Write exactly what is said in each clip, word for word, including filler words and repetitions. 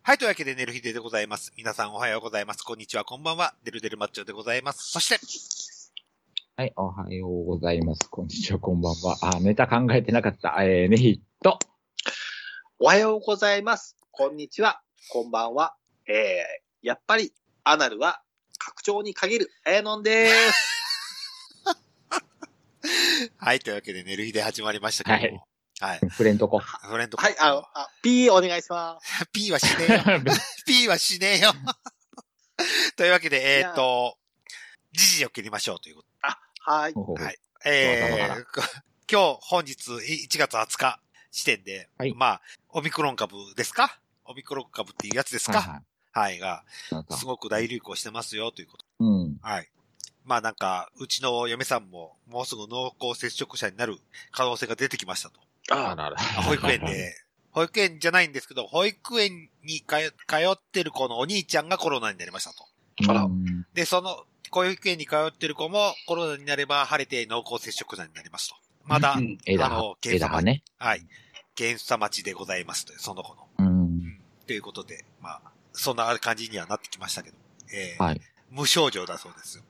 はい、というわけで、寝る日ででございます。皆さんおはようございます。こんにちは、こんばんは。デルデルマッチョでございます。そして、 はい、おはようございます。こんにちは、こんばんは。あ、ネタ考えてなかった。えー、ネヒット。 おはようございます。こんにちは、こんばんは。えー、やっぱり、アナルは、拡張に限る、えーのんでーす。 はい、というわけで、寝る日で始まりましたけども。はいはい。 フレンドコ。 フレンドコ。 はい、あの、あ、P お願いします。 P はしねえよ。P はしねえよ。というわけで、えー、っと、時事を切りましょうということ。 あ、はい。 はい。えー、今日、本日、いちがつはつか時点で、はい、まあ、オミクロン株ですかオミクロン株っていうやつですか、はい、はい、が、すごく大流行してますよということ。 うん。 はい。まあなんか、うちの嫁さんも、もうすぐ濃厚接触者になる可能性が出てきましたと。 あらら。 保育園で、保育園じゃないんですけど、保育園に通ってる子のお兄ちゃんがコロナになりましたと。 あら。 で、その、保育園に通ってる子もコロナになれば晴れて濃厚接触者になりますと。まだ、うん、あの、検査待ち、ね、はい。検査待ちでございますという、その子の。 うん。うん、 ということで、まあ、そんな感じにはなってきましたけど、えー、 はい。 無症状だそうですよ。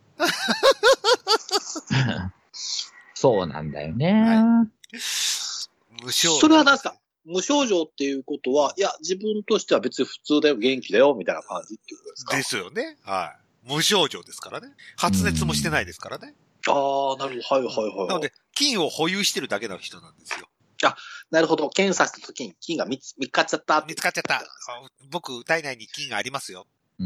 そうなんだよね。 はい、無症状。 それは何ですか？無症状っていうことは、いや、自分としては別に普通だよ、元気だよ、みたいな感じっていうことですか？ ですよね。はい。無症状ですからね。発熱もしてないですからね。 ああ、なるほど。はいはいはい。 なので、菌を保有してるだけの人なんですよ。 あ、なるほど。検査した時に菌が見つ、見つかっちゃった。 見つかっちゃった。僕、体内に菌がありますよ。 うん。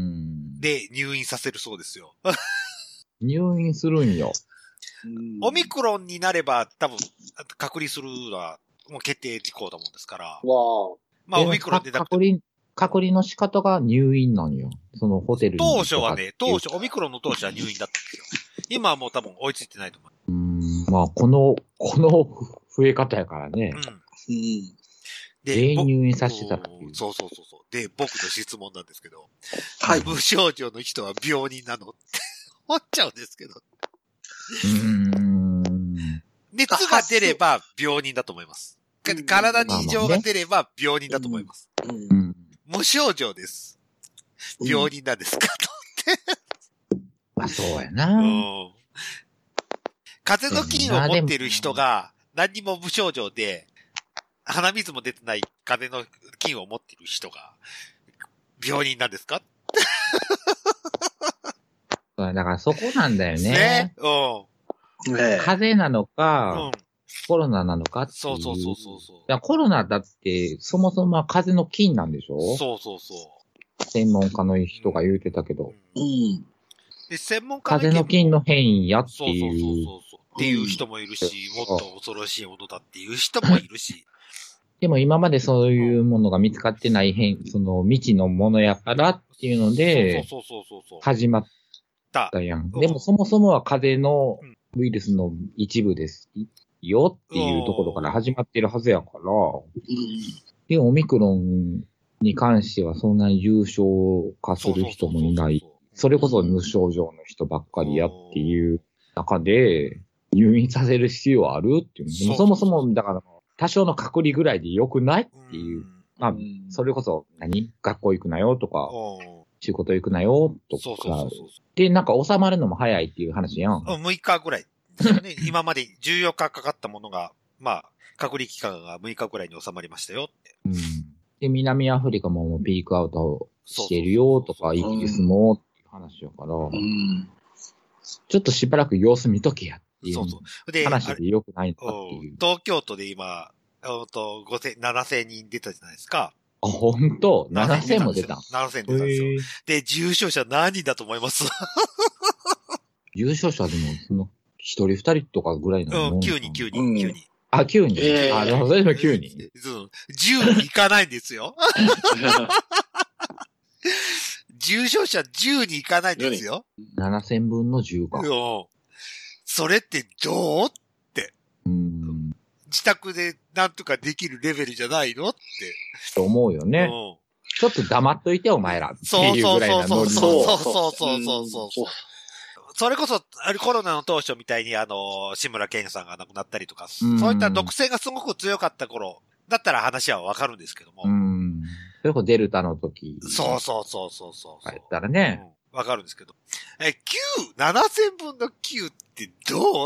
で、入院させるそうですよ。 入院するんよ。 オミクロンになれば多分隔離するのはもう決定事項だもんですから。 わあ。まあオミクロンで隔離、隔離の仕方が入院なんよ。そのホテルに。 当初はね、当初、オミクロンの当初は入院だったんですよ。今はもう多分追いついてないと思う。 うーん、まあこの、この増え方やからね。 うん。うん。 で、全員入院させてたっていう。 そうそうそうそう。で、僕の質問なんですけど。 はい。 無症状の人は病人なのって思っちゃうんですけど。 うーん。 熱が出れば病人だと思います。体に異常が出れば病人だと思います。 うんうん、 無症状です。病人なんですか、と思って。まあそうやな。うん、 風邪の菌を持っている人が何にも無症状で、鼻水も出てない風邪の菌を持っている人が病人なんですか？ だからそこなんだよね。 ね。うん。 ね、風邪なのか、うん、コロナなのかっていう。 そうそうそうそうそう。 だコロナだってそもそもは風邪の菌なんでしょ？ そうそうそう。 専門家の人が言うてたけど。 うん。 で専門家の風邪の菌の変異やっていう。 そうそうそうそう。っていう人もいるし、もっと恐ろしいものだっていう人もいるし。 でも今までそういうものが見つかってない変、その未知のものやからっていうので、始まったやん。でもそもそもは風邪のウイルスの一部ですよっていうところから始まってるはずやから、で、オミクロンに関してはそんなに重症化する人もいない。それこそ無症状の人ばっかりやっていう中で、入院させる必要あるっていう。でもそもそも、だから、多少の隔離ぐらいで良くないっていう。まあ、それこそ何、学校行くなよとか、仕事行くなよとか。で、なんか収まるのも早いっていう話やん。 むいかぐらいですよね。今までじゅうよっかかかったものが、まあ、隔離期間がむいかぐらいに収まりましたよって。 うん。で、南アフリカももうピークアウトしてるよとか、イギリスもっていう話やから、うん、ちょっとしばらく様子見とけやっていう話で良くないんだっていう。 東京都で今、とごせん、ななせんにん出たじゃないですか。 あ、ほんと ?ななせん も出た。 ななせん出たんですよ。で、重症者何人だと思います？ 重症者でも、その、一人二人とかぐらいなの？ うん、きゅうにん、きゅうにん、きゅうにん。 あ、きゅうにん。えー、あ、でもそれでもきゅうにん。 うん。じゅうにいかないんですよ。重症者じゅうにいかないんですよ。 ななせんぶんのじゅうか。 うん。それってどうって。 うん。 自宅でなんとかできるレベルじゃないのって。 と思うよね。うん。ちょっと黙っといてお前らっていうぐらいなノリ。 そうそうそうそうそうそうそう。それこそ、コロナの当初みたいにあの、志村けんさんが亡くなったりとか、そういった毒性がすごく強かった頃、だったら話はわかるんですけども。 うん。 それこそデルタの時。 そうそうそうそうそう。 あったらね。 わ、うん、かるんですけど。え、きゅう、ななせんぶんのきゅうってどうって。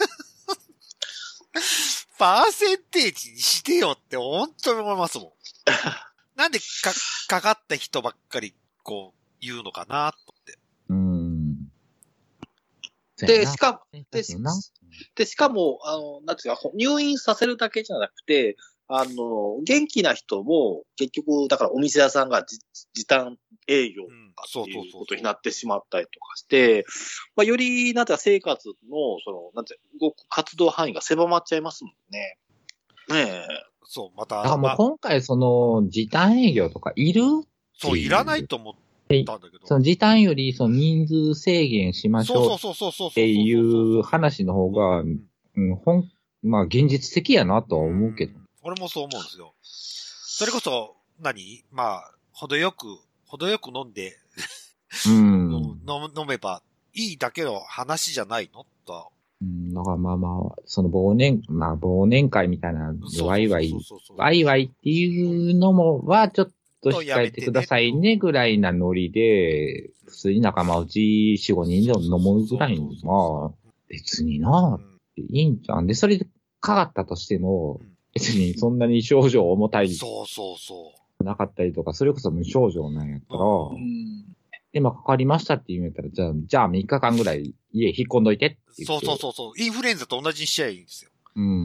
パーセンテージにしてよって本当に思いますもん。なんでか、かかった人ばっかり、こう、言うのかな、と思って。 うーん。 で、しかも、で、でしかも、あの、なんていうか、入院させるだけじゃなくて、あの、元気な人も、結局、だからお店屋さんが時短営業とかっていうことになってしまったりとかして、まあ、より、なんていうか、生活の、その、なんていうか、動く活動範囲が狭まっちゃいますもんね。ねえ。 そう、また。 だからもう今回、その、時短営業とかいるそう、いらないと思ったんだけど。 その時短より、その人数制限しましょうっていう話の方が、うん、ほん、まあ現実的やなとは思うけど。 うん、俺もそう思うんですよ。それこそ、何まあ、程よく、程よく飲んで、 うん、 飲, 飲めばいいだけの話じゃないのと。 うん、だからまあまあ、その忘年、まあ忘年会みたいな、ワイワイ、ワイワイっていうのもはちょっと控えてくださいねぐらいなノリで、普通に仲間内よん、ごにんで飲むぐらいに、まあ、別になっていいんじゃん。で、それでかかったとしても、別にそんなに症状重たい。 そうそうそう。 なかったりとか、それこそ無症状なんやったら、で、まあ、かかりましたって言うんやったら、じゃあ、じゃあみっかかんぐらい家引っ込んどいてって言って。 そうそうそう。インフルエンザと同じにしちゃいいんですよ。 うん。うん、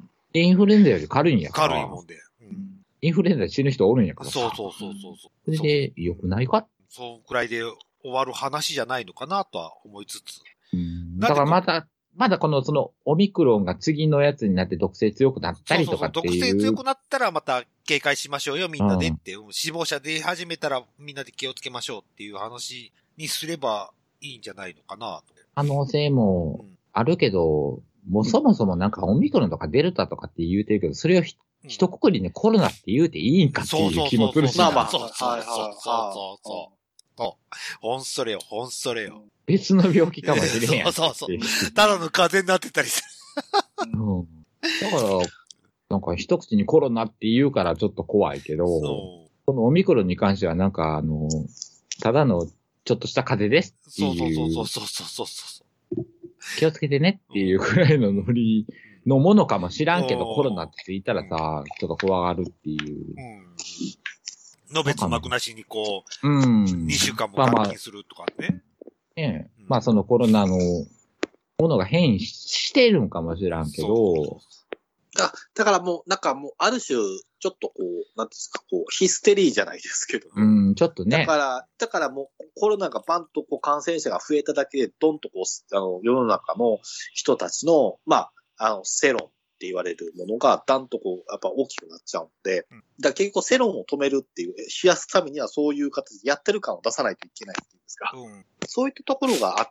インフルエンザより軽いんやから。 軽いもんで。 うん、インフルエンザで死ぬ人おるんやから。 そうそうそうそうそう。 それで、良くないかそうくらいで終わる話じゃないのかなとは思いつつ。 うん。だからまた、まだこの、その、オミクロンが次のやつになって毒性強くなったりとかっていう。 そうそうそう、毒性強くなったらまた警戒しましょうよ、みんなでって。うん、死亡者出始めたらみんなで気をつけましょうっていう話にすればいいんじゃないのかなと。 可能性もあるけど、うん、もうそもそもなんかオミクロンとかデルタとかって言うてるけど、それをひ、うん、一括りね、コロナって言うていいんかっていう気もするし。 まあまあ、そうそうそうそうそうそう。ほんそれよ、ほんそれよ。 別の病気かもしれんやん。 そうそうそう。ただの風邪になってたりする。うん。だから、なんか一口にコロナって言うからちょっと怖いけど、このオミクロンに関してはなんかあの、ただのちょっとした風邪ですっていう。 そうそうそうそうそう。 気をつけてねっていうくらいのノリのものかもしらんけど、コロナって言ったらさ、ちょっと怖がるっていう。 うん、のべつ幕なしにこう、 うん、 にしゅうかんも監禁するとかね。 ねえ。まあそのコロナのものが変異してるんかもしらんけど。 あ、だからもう、なんかもう、ある種、ちょっとこう、なんですか、こう、ヒステリーじゃないですけど。 うん、ちょっとね。 だから、だからもう、コロナがバンとこう、感染者が増えただけで、ドンとこう、あの、世の中の人たちの、まあ、あの、世論って言われるものが、だんとこう、やっぱ大きくなっちゃうんで、うん、だから結構世論を止めるっていう、冷やすためにはそういう形でやってる感を出さないといけないっていうんですか。うん、そういったところがあって、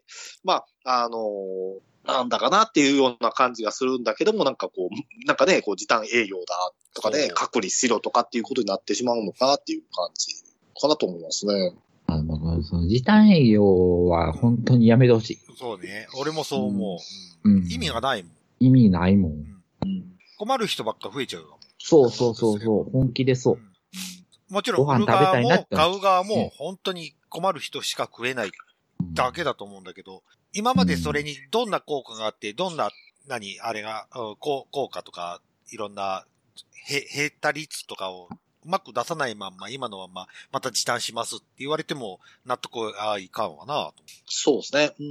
まあ、あのー、なんだかなっていうような感じがするんだけども、なんかこう、なんかね、こう時短営業だとかね、隔離しろとかっていうことになってしまうのかなっていう感じかなと思いますね。 あの、その時短営業は本当にやめてほしい。 そうね。俺もそう思う。うん。意味がないもん。 意味ないもん。うん。 困る人ばっか増えちゃうよ。 そうそうそうそう。本気でそう。うん、 もちろん、売る側も買う側も本当に困る人しか食えないだけだと思うんだけど、今までそれにどんな効果があって、どんな、何、あれが、うん、効果とか、いろんな、へ、減った率とかをうまく出さないまんま、今のまま、また時短しますって言われても、納得はいかんわなと。 そうですね。うん。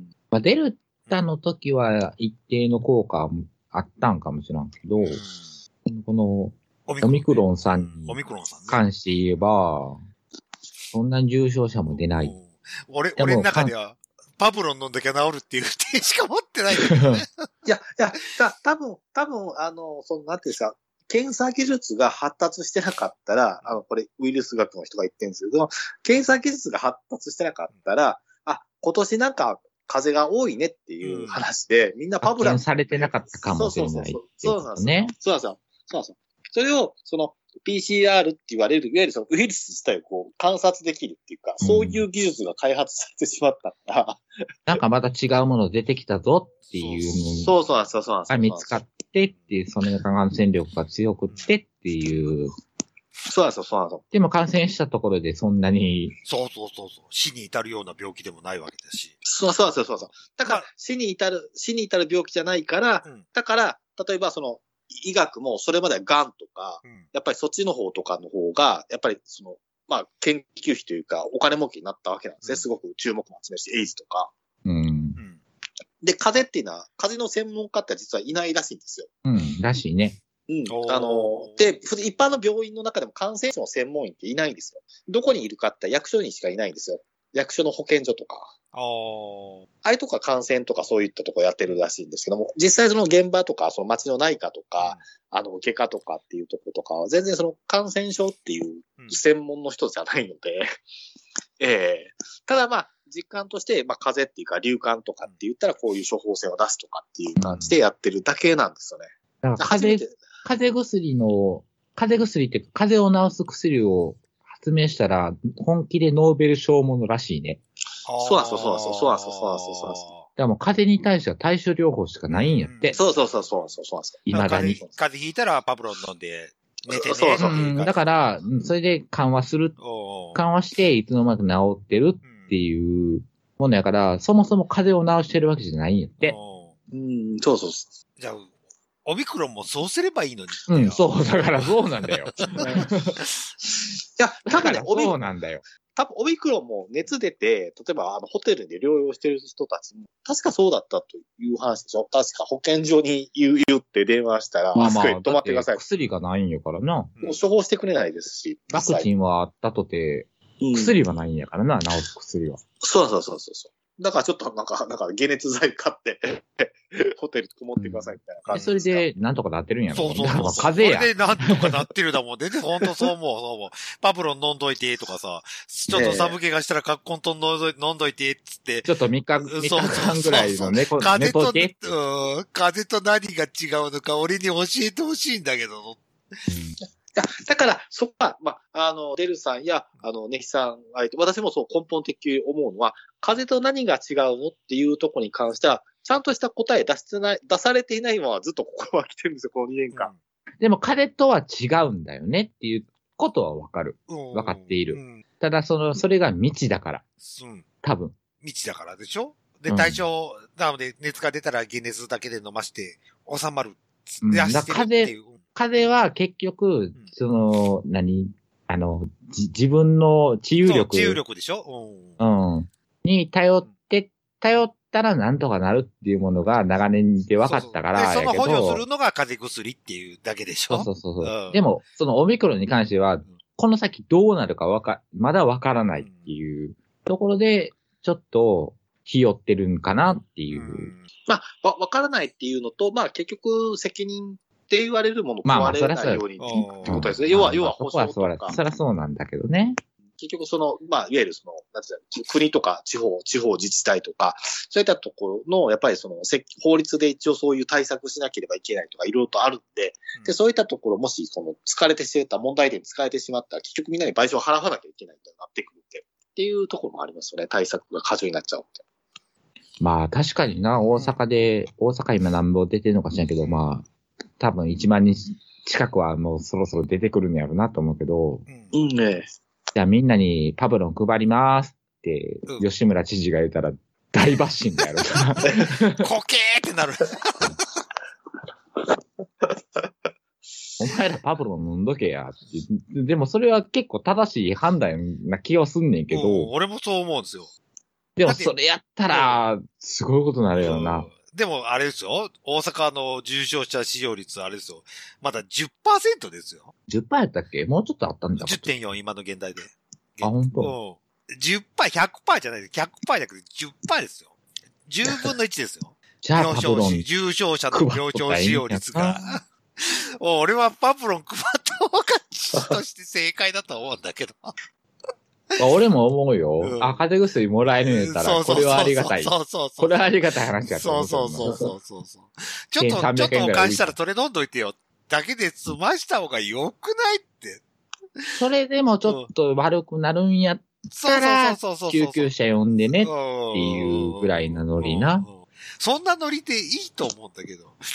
まあ、デルタの時は一定の効果あったんかもしれんけど、うん、この、オミクロンさんに関して言えば、そんな重症者も出ない。 俺、俺の中では、パブロン飲んだきゃ治るっていう点しか持ってないんだけどね。 いや、いや、た、多分、多分、あの、その、なんていうんですか、検査技術が発達してなかったら、あの、これ、ウイルス学の人が言ってるんですけど、検査技術が発達してなかったら、あ、今年なんか、風が多いねっていう話で、うん、みんなパブロン。 されてなかったかもしれない。 そうなんですよ。そうなんですよ。そうなんですよ。それを、その、ピーシーアール って言われる、いわゆるそのウイルス自体をこう観察できるっていうか、うん、そういう技術が開発されてしまったから。 なんかまた違うもの出てきたぞっていうの。そうそうなんですよ、そうなんですよ。 見つかってっていう、その感染力が強くってっていう。 そうなんですよ、そうなんですよ。 でも感染したところでそんなに。 そうそうそうそう。死に至るような病気でもないわけだし。 そうそうそうそう。だから、死に至る、死に至る病気じゃないから、うん、だから、例えばその、医学もそれまでは癌とか、うん、やっぱりそっちの方とかの方が、やっぱりその、まあ、研究費というか、お金儲けになったわけなんですね。うん、すごく注目も集めるし、エイズとか。 うん。 で、風邪っていうのは、風邪の専門家って実はいないらしいんですよ。 うん、らしいね。 うん。あの、で、一般の病院の中でも感染症の専門医っていないんですよ。どこにいるかって役所にしかいないんですよ。役所の保健所とか。 ああ。 あれとか感染とかそういったとこやってるらしいんですけども、実際その現場とか、その町の内科とか、うん、あの、外科とかっていうとことかは、全然その感染症っていう専門の人じゃないので、うん、ええー、ただまあ、実感として、まあ、風邪っていうか、流感とかって言ったら、こういう処方箋を出すとかっていう感じでやってるだけなんですよね。 だから風邪、風邪薬の、風邪薬って、風邪を治す薬を発明したら、本気でノーベル賞ものらしいね。 そうなんですよ、そうなんですよ、そうなんですよ、そうなんですよ、そうなんですよ。 だからもう風邪に対しては対処療法しかないんやって。 そうそうそう、そうなんですよ、そうなんですよ。 未だに。風邪ひいたらパブロン飲んで、寝てね。 そうそう。 うん、だから、それで緩和する。緩和して、いつの間にか治ってるっていうものやから、そもそも風邪を治してるわけじゃないんやって。 うん、そうそう。 じゃあ、オミクロンもそうすればいいのに。 うん、そう、だからそうなんだよ。いや、多分ね、 そうなんだよ。 多分オミクロンも熱出て、例えばあのホテルで療養してる人たちも、確かそうだったという話でしょ。確か保健所に言う、言って電話したら、 まあまあ、 止まってください。 薬がないんやからな。 もう処方してくれないですし。 ワクチンはあったとて、薬はないんやからな、治す薬は。 そうそうそうそう。だからちょっとなんか、なんか解熱剤買って、ホテルこもってくださいみたいな感じで。 それで、なんとかなってるんやろ。 そうそうそう。 風邪や。 それでなんとかなってるだもん。全然ほんとそう思う、そう思う。パブロン飲んどいて、とかさ、ちょっと寒気がしたらカッコントン飲んどいて、つって。 ちょっとみっか、みっかかんぐらいの猫、 風邪と、うん、風邪と何が違うのか俺に教えてほしいんだけど。うんだ, だから、そこは、まあ、あの、デルさんや、あの、ネヒさん、私もそう根本的に思うのは、風邪と何が違うのっていうところに関しては、ちゃんとした答え出してない、出されていないままずっとここは来てるんですよ、このにねんかん。 うん、でも、風邪とは違うんだよねっていうことはわかる。わかっている。うん、ただ、その、それが未知だから。 うん。 多分。 未知だからでしょで、対象、うん、なので、熱が出たら解熱だけで飲まして、収まる。 うん、だから風邪、風邪は結局、その、うん、何あの、じ、自分の治癒力。 治癒力でしょうん。うん。に頼って、頼ったらなんとかなるっていうものが長年で分かったからやけど。 そうそう。で、その補助するのが風邪薬っていうだけでしょそうそうそう。うん、でも、そのオミクロンに関しては、この先どうなるかわか、まだ分からないっていうところで、ちょっと、ひよってるんかなっていう。うん、 まあ、わ、わからないっていうのと、まあ結局責任って言われるものを問われないようにってことですね。要は、要は保証とか。 そりゃそうなんだけどね。 結局その、まあ、いわゆるその、なんていうの、国とか地方、地方自治体とか、そういったところの、やっぱりその、法律で一応そういう対策しなければいけないとか、いろいろとあるんで、うん、で、そういったところ、もし、その、疲れてしまった、問題点に疲れてしまったら、結局みんなに賠償を払わなきゃいけないとなってくるんで、っていうところもありますよね。対策が過剰になっちゃうって。 まあ、確かにな、大阪で、大阪今何本出てるのかしらんけど、まあ、多分いちまんにん近くはもうそろそろ出てくるんやろうなと思うけど。 うんね。 じゃあみんなにパブロン配りますって、吉村知事が言ったら大バッシングやろ。 コケーってなる。 お前らパブロン飲んどけやって。でもそれは結構正しい判断な気はすんねんけど。うん、 俺もそう思うんですよ。 でもそれやったら、すごいことになるよな。うんでも、あれですよ。大阪の重症者使用率、あれですよ。まだ じゅっパーセント ですよ。 じゅっパーセント やったっけもうちょっとあったんだ。 じゅってんよん、今の現代で。 あ、ほんと？ うん。じゅっパーセント、ひゃくパーセント じゃないです。ひゃくパーセント じゃなくてじゅっパーセント ですよ。じゅうぶんのいちですよ。 じゃあ、パブロン。 重症者の病床使用率が。俺はパブロン配った方がとして正解だと思うんだけど。 俺も思うよ。うん、あ、風邪薬もらえるんやったら、これはありがたい。 そうそうそう。 これはありがたい話だと思う。 そうそうそうそうそう。ちょっと、ちょっとお返したらそれ飲んどいてよ。だけで済ました方が良くないって。 それでもちょっと悪くなるんやったら、救急車呼んでねっていうぐらいなノリな。 そんなノリでいいと思うんだけど。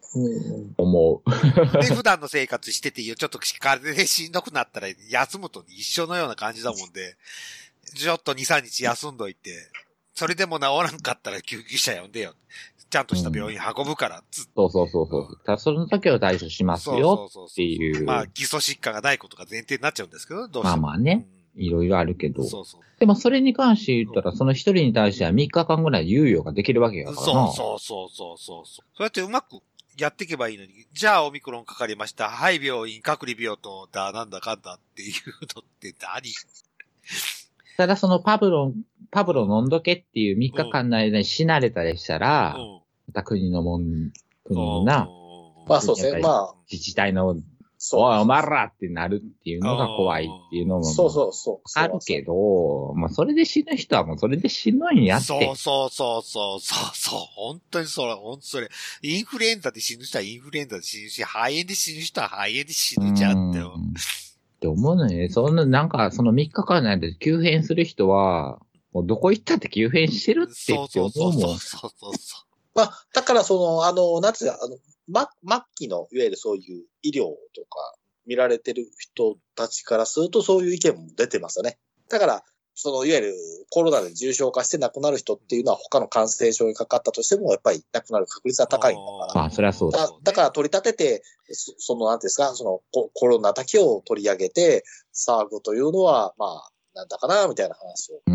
思う。 で、普段の生活してていいよ。ちょっと風邪でしんどくなったら休むと一緒のような感じだもんで、ちょっとに、さんにち休んどいて、それでも治らんかったら救急車呼んでよ。ちゃんとした病院運ぶから、つ、 うん、そうそうそうそう。ただその時は対処しますよっていう。そうそうそうそう、 まあ、基礎疾患がないことが前提になっちゃうんですけど、どうしても。 まあまあね。うん、いろいろあるけど。そうそう。でもそれに関して言ったら、その一人に対してはみっかかんぐらい猶予ができるわけやからな。 そうそうそうそうそう。そうやってうまくやっていけばいいのに、じゃあオミクロンかかりました。はい、病院、隔離病棟だ、なんだかんだっていうのって何？ ただそのパブロン、パブロ飲んどけっていうみっかかんの間に死なれたりしたら、うん、また国のもん、国のな、 まあそうですね、まあ。 自治体の、おい、お前らってなるっていうのが怖いっていうのも、 そうそうそう。 あるけど、まあそれで死ぬ人はもうそれで死ぬんやって。 そうそうそうそうそうそう。本当にそれ、本当それ。インフルエンザで死ぬ人はインフルエンザで死ぬし、肺炎で死ぬ人は肺炎で死ぬじゃんってよ。 って思うのね。そんな、なんか、そのみっかかんなんで急変する人は、もうどこ行ったって急変してるって思うもん。そうそうそうそうそう。 まあ、だからその、あの、なんつうか、あの、ま、末期の、いわゆるそういう医療とか見られてる人たちからするとそういう意見も出てますよね。だから、その、いわゆるコロナで重症化して亡くなる人っていうのは他の感染症にかかったとしても、やっぱり亡くなる確率は高いんだから。 ああ、そりゃそうだ。 だ, だから取り立てて、そ, その、なんていうんですか、そのコ、コロナだけを取り上げて騒ぐというのは、まあ、なんだかな、みたいな話を。うん。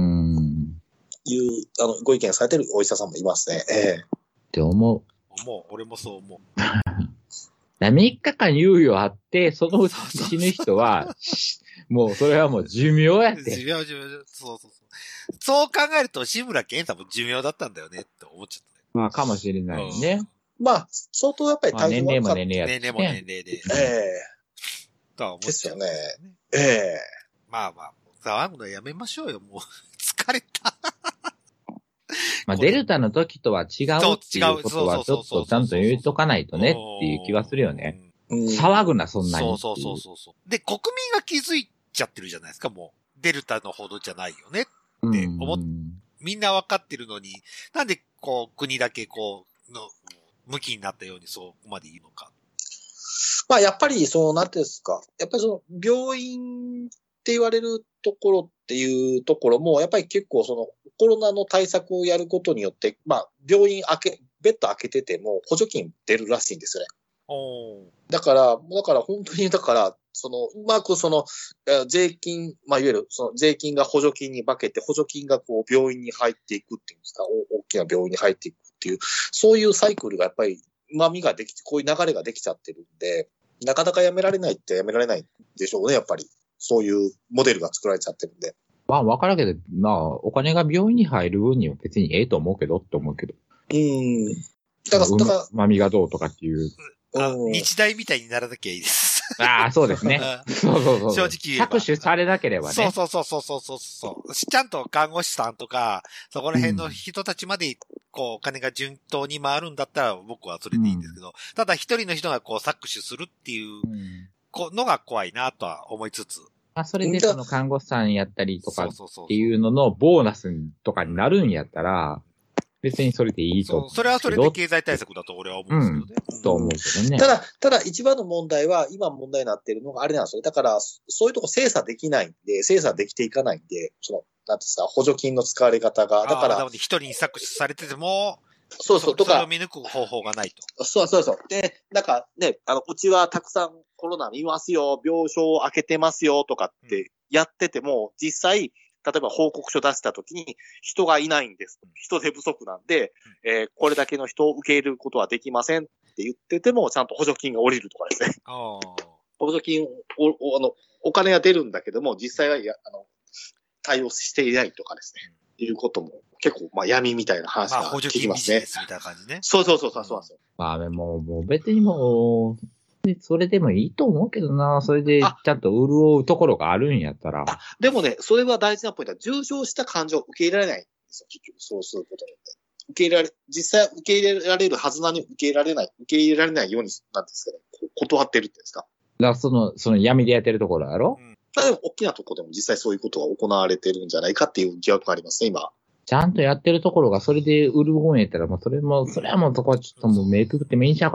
いう、あの、ご意見されてるお医者さんもいますね。ええ。 って思う。 思う。俺もそう思う。 みっかかん猶予あって、そのうち死ぬ人は、もうそれはもう寿命やって。 寿命、寿命。そうそうそう。そう考えると、志村けんさんも寿命だったんだよねって思っちゃったね。 まあ、かもしれないね。 うん、まあ、相当やっぱり大変、まあ、年齢も年齢や年齢も年齢で。ええー。 とは思っちゃう、ね。 ですよね。ええー。まあまあ、騒ぐのやめましょうよ、もう。疲れた。 まあ、デルタの時とは違うっていうことはちょっとちゃんと言うとかないとねっていう気はするよね。騒ぐな、そんなに。 そうそうそうそう。で、国民が気づいちゃってるじゃないですか、もう。デルタのほどじゃないよねって思っ、みんなわかってるのに、なんでこう、国だけこう、の、向きになったようにそこまでいいのか。 まあ、やっぱり、そう、なんていうんですか。やっぱりその、病院って言われるところっていうところも、やっぱり結構その、コロナの対策をやることによって、まあ、病院開け、ベッド開けてても補助金出るらしいんですよね。 おだから、だから本当に、だから、その、うまくその、税金、まあ、いわゆる、その税金が補助金に化けて、補助金がこう、病院に入っていくっていうんですか、大きな病院に入っていくっていう、そういうサイクルがやっぱり、旨味ができて、こういう流れができちゃってるんで、なかなかやめられないってやめられないでしょうね、やっぱり。そういうモデルが作られちゃってるんで。 まあ、わからんけど、まあ、お金が病院に入る分には別にええと思うけどって思うけど。 うーん。だから、だから。 うまみがどうとかっていう。 あ、日大みたいにならなきゃいいです。 ああ、そうですね。そうそうそう。 正直言えば。 搾取されなければね。 そうそうそうそうそうそうそう。ちゃんと看護師さんとか、そこら辺の人たちまで、こう、お金が順当に回るんだったら僕はそれでいいんですけど、うん、ただ一人の人がこう搾取するっていう、このが怖いなとは思いつつ。 まあ、それでその看護師さんやったりとかっていうののボーナスとかになるんやったら、別にそれでいいと思う。 それはそれで経済対策だと俺は思うんですけどね。 うん、と思うけどね。 ただ、ただ一番の問題は、今問題になっているのがあれなんですよ。だから、そういうとこ精査できないんで、精査できていかないんで、その、なんていうんですか、補助金の使われ方が。だから。 一人に搾取されてても、 そうそう、とか。 それを見抜く方法がないと。 そうそうそう。で、なんかね、あの、うちはたくさんコロナ見ますよ、病床を開けてますよ、とかってやってても、実際、例えば報告書出したときに人がいないんです。人手不足なんで、うん、えー、これだけの人を受け入れることはできませんって言ってても、ちゃんと補助金が下りるとかですね。 あ補助金お、お、あの、お金が出るんだけども、実際はや、あの、対応していないとかですね。うん、いうことも結構、まあ闇みたいな話が聞きますね。まあ補助金ビジネスみたいな感じね。そうそうそうそう、そうなんですよ。 まあもう、もう別にもう、それでもいいと思うけどな。それで、ちゃんと潤うところがあるんやったら。 でもね、それは大事なポイントは、重症した患者を受け入れられないんですよ、結局。そうすることによって。受け入れられ、実際受け入れられるはずなのに受け入れられない、受け入れられないように、なんですかね、断ってるっていうんですか。だからその、その闇でやってるところやろ、うん、 でも、大きなところでも実際そういうことが行われてるんじゃないかっていう疑惑がありますね、今。 ちゃんとやってるところがそれで売る本やったら、もうそれも、それはもうそこはちょっともう目くぐってもいいんちゃうかな。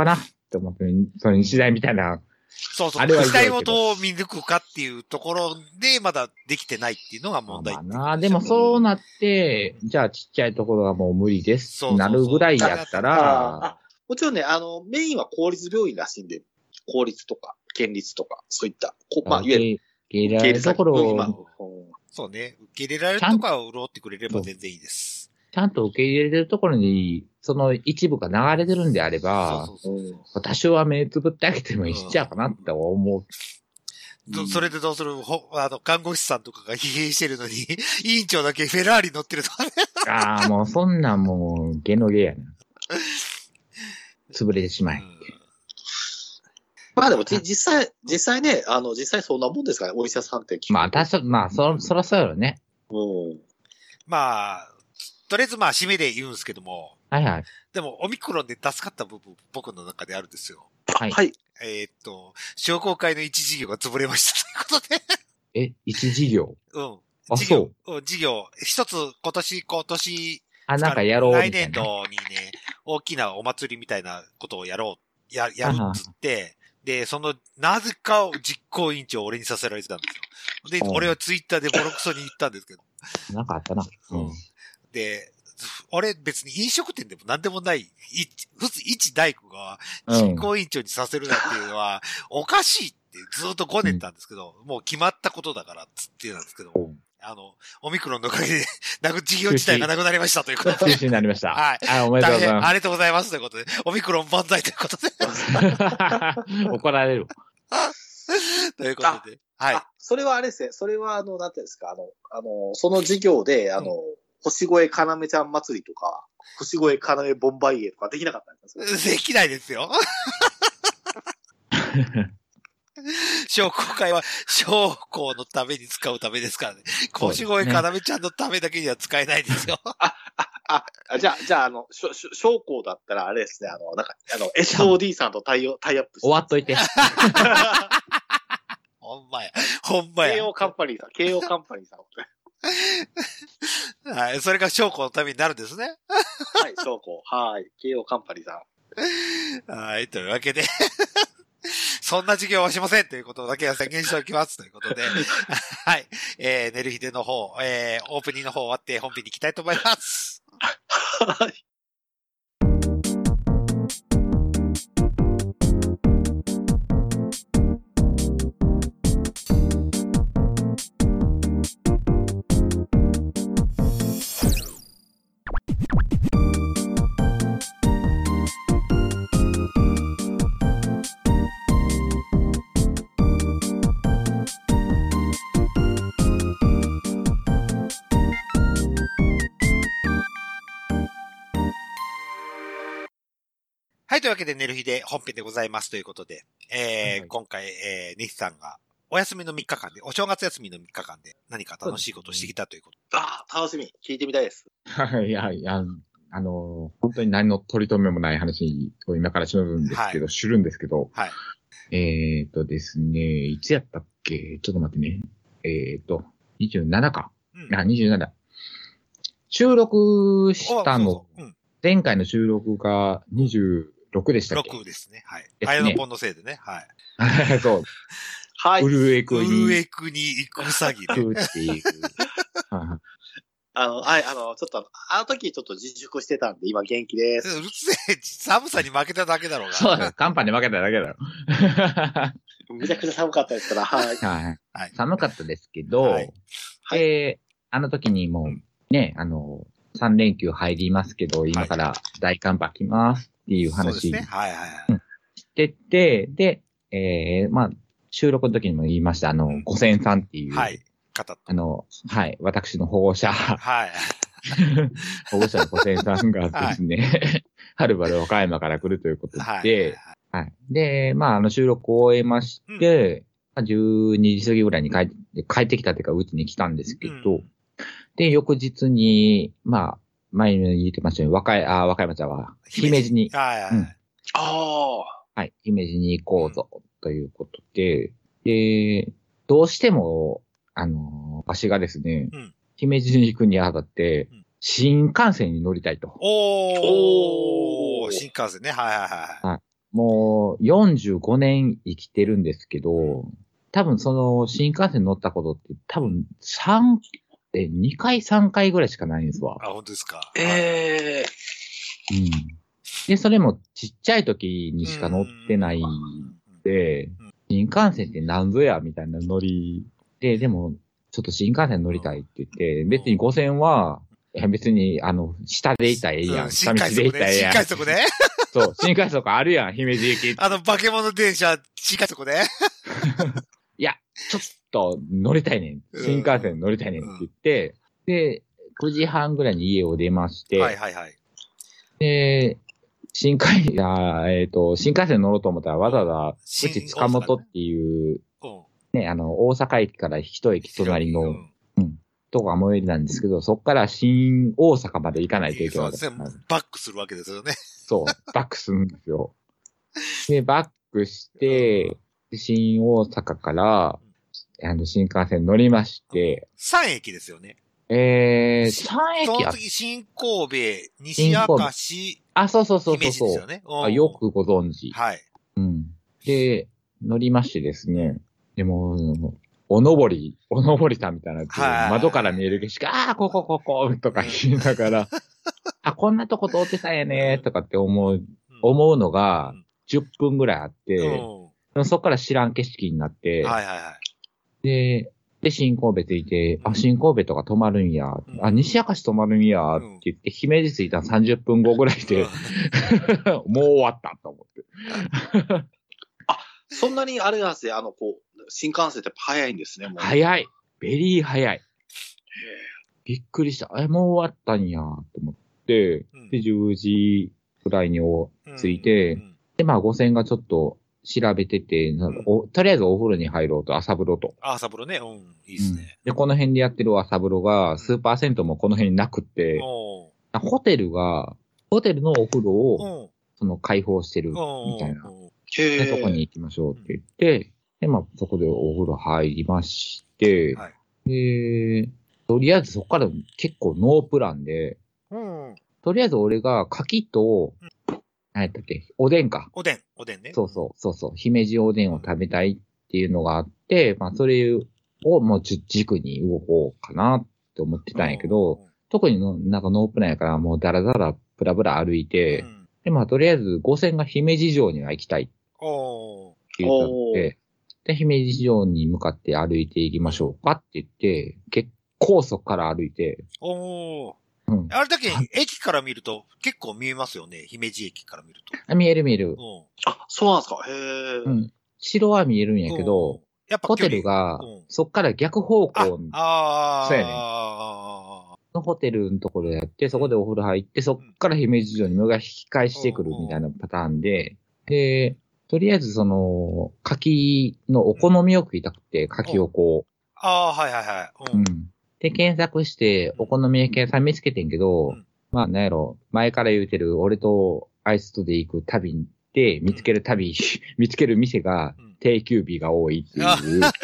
って思って、その日大みたいな。 そうそう。日大をどう見抜くかっていうところで、まだできてないっていうのが問題。 まあな、でもそうなって、じゃあちっちゃいところがもう無理です。なるぐらいやったら。 もちろんね、あの、メインは公立病院らしいんで、公立とか、県立とか、そういった、こまあ、いわゆる。 受け入れられるところを。 そうね。受け入れられるところを潤ってくれれば全然いいです。 ちゃんと受け入れれるところに、その一部が流れてるんであれば、そうそうそうそう、多少は目つぶってあげてもいいっちゃうかなって思う。 うん、それでどうするほあの、看護師さんとかが疲弊してるのに、委員長だけフェラーリ乗ってるとかね。 ああ、もうそんなんもう、ゲのゲやな。潰れてしまえ。うん、 まあでも、実際、実際ね、あの、実際そんなもんですからね、お医者さんって聞く。 まあ、たそ、まあ、そ、そらそうやろね。 うん。 まあ、とりあえずまあ、締めで言うんですけども。 はいはい。 でも、オミクロンで助かった部分、僕の中であるんですよ。 はい。はい。 えー、っと、商工会の一事業が潰れましたということで。 え、一事業うん。 あ、そう。 うん、事業。一つ、今年、今年、 あ、なんかやろうみたいな。 来年度にね、大きなお祭りみたいなことをやろう、や、やるっつって、で、その、なぜかを実行委員長を俺にさせられてたんですよ。で、俺はツイッターでボロクソに言ったんですけど。 なんかあったな。 うん。で、俺別に飲食店でも何でもない、普通一大工が実行委員長にさせるなんていうのは、おかしいってずっとごねんたんですけど、うん、もう決まったことだからっつってなんですけど、うん、あの、オミクロンのおかげで、なく、事業自体がなくなりましたということで。 中止になりました。 はい。 あ、おめでとうございます。 ありがとうございますということで、オミクロン万歳ということで。 怒られる。 ということで。はい。あ、 それはあれですね。それはあの、なんていうんですか、あの、あの、その事業で、あの、うん、星越かなめちゃん祭りとか、星越かなめボンバイエとかできなかったんですか？ できないですよ。商工会は、商工のために使うためですからね。星越かなめちゃんのためだけには使えないですよ。 あ、あ、あ、じゃあ、じゃあ、あの、商工だったらあれですね、あの、なんか、あの、エスオーディー さんとタイアップして。 終わっといて。 ほんまや。ほんまや。 慶応カンパニーさん、慶応カンパニーさん。 はい。それが商工のためになるんですね。 はい、商工。はい。慶応カンパニーさん。はい。というわけで。そんな授業はしませんということだけは宣言しておきますということで。はい。えー、寝る日での方、えー、オープニングの方終わって本編に行きたいと思います。はい。はい、というわけで、寝る日で本編でございますということで、えーはい、今回、えー、西さんが、お休みのみっかかんで、お正月休みのみっかかんで、何か楽しいことをしてきたということ。 ああ、楽しみ。聞いてみたいです。 はい、はい、あの、あの、本当に何の取り留めもない話を今からしるんですけど、はい、知るんですけど、 はい。 えーとですね、いつやったっけ？ちょっと待ってね。えーと、にじゅうななか。うん、あ、にじゅうなな。収録したの、そうそう、うん、前回の収録がにじゅうろくでしたっけ？ ろくですね。はい。あやのぽんのせいでね。はい。 そう。 はい。 うるえくに。 うるえくに行く詐欺ね。っていう。 あの、はい、あの、ちょっと、あの時ちょっと自粛してたんで、今元気です。 うるせえ、寒さに負けただけだろうが。 そうだ、寒波に負けただけだろ。 めちゃくちゃ寒かったですから、はい。 はい。寒かったですけど、はい。えー、あの時にもう、ね、あの、さん連休入りますけど、今から大寒波来ます。っていう話。 そうですね。はいはいはい。 してて、で、えー、まあ、収録の時にも言いました、あの、五千さんっていう。 はい。方あの、はい、私の保護者。 はい。 保護者の五千さんがですね、はるばる岡山から来るということで、はい。はい、で、まあ、あの、収録を終えまして、うん、じゅうにじ過ぎぐらいに帰って、帰ってきたというか、うちに来たんですけど、うん、で、翌日に、まあ、前に言ってましたように、若い、あ、若い町は、姫路に。 はいはい。うん、ああ。 はい、姫路に行こうぞ、ということで、で、どうしても、あの、わしがですね、うん、姫路に行くにあたって、うん、新幹線に乗りたいと。 おー、新幹線ね、はいはいはい。はい、 もの、よんじゅうごねん生きてるんですけど、多分その、新幹線乗ったことって多分さん、え、にかいさんかいぐらいしかないんですわ。 あ、本当ですか。 ええー。うん。で、それもちっちゃい時にしか乗ってないんで、新幹線って何ぞやみたいな乗りで、でも、ちょっと新幹線乗りたいって言って、別にごせんは、いや別に、あの、下でいたらええやん。下道でいたらええやん。 新快速ね。 そう、新快速あるやん、姫路駅。 あの、化け物電車、新快速ね。 いや、ちょっと乗りたいねん。新幹線乗りたいねんって言って、うん、で、くじはんぐらいに家を出まして、 はいはいはい。 で、新幹、あえっ、ー、と、新幹線乗ろうと思ったらわざわざ、うち塚本っていう、ね、あの、大阪駅から一駅隣の、うん、うん、とこが最寄りなんですけど、そこから新大阪まで行かないといけない。 そうですね。バックするわけですよね。 そう、バックするんですよ。で、バックして、新大阪から、あの、新幹線乗りまして、 さん駅ですよね。 えー、さん駅その次、新神戸、西明石、 あ、そうそうそうそう。 姫路ですよね。 あ、よくご存知。 はい。 うん。で、乗りましてですね、でも、おのぼり、おのぼりさんみたいなって、窓から見える景色、ああ、こここことか言いながら、あ、こんなとこ通ってたんやね、とかって思う、思うのが、じゅっぷんぐらいあって、そこから知らん景色になって、 はいはいはい。 で、で、新神戸着いて、あ、新神戸とか泊まるんや、あ、西明石泊まるんや、って言って、姫路着いたさんじゅっぷんごぐらいで、もう終わったと思って。 あ、そんなにあれなんですね、あの、こう、新幹線って早いんですね、もう。 早い。ベリー早い。びっくりした。え、もう終わったんや、と思って、で、じゅうじぐらいに着いて、で、まあ、ごせんがちょっと、調べてて、うん、お、とりあえずお風呂に入ろうと、朝風呂と。 朝風呂ね。うん、いいですね、 うん。で、この辺でやってる朝風呂が、スーパー銭湯もこの辺になくって、うん、ホテルが、ホテルのお風呂を、その開放してる、みたいな。で、そこに行きましょうって言って、で、まあ、そこでお風呂入りまして、はい、で、とりあえずそこから結構ノープランで、うん、とりあえず俺が牡蠣と、うん何やったっけおでんか。 おでん、おでんね。 そうそう、そうそう。姫路おでんを食べたいっていうのがあって、まあ、それをもう軸に動こうかなって思ってたんやけど、特にのなんかノープランやからもうダラダラブラブラ歩いて、うん、で、まあ、とりあえずごせんが姫路城には行きたいって言ったので、で、姫路城に向かって歩いていきましょうかって言って、結構そこから歩いて、 おーうん、あれだけ駅から見ると結構見えますよね。姫路駅から見ると。 あ見える見える。うん、 あ、そうなんですか。へー。 うん。城は見えるんやけど、うん、やっぱホテルが、うん、そっから逆方向に。ああ。そうやねん。のホテルのところやって、そこでお風呂入って、そっから姫路城に向が引き返してくるみたいなパターンで、で、とりあえずその、柿のお好みを食いたくて、柿をこう。 ああ、はいはいはい。 うん。で、検索して、お好み焼き屋さん見つけてんけど、うん、まあ、なんやろ、前から言うてる、俺とあいつとで行く旅で、見つける旅、うん、見つける店が、定休日が多いっていう。うん、あ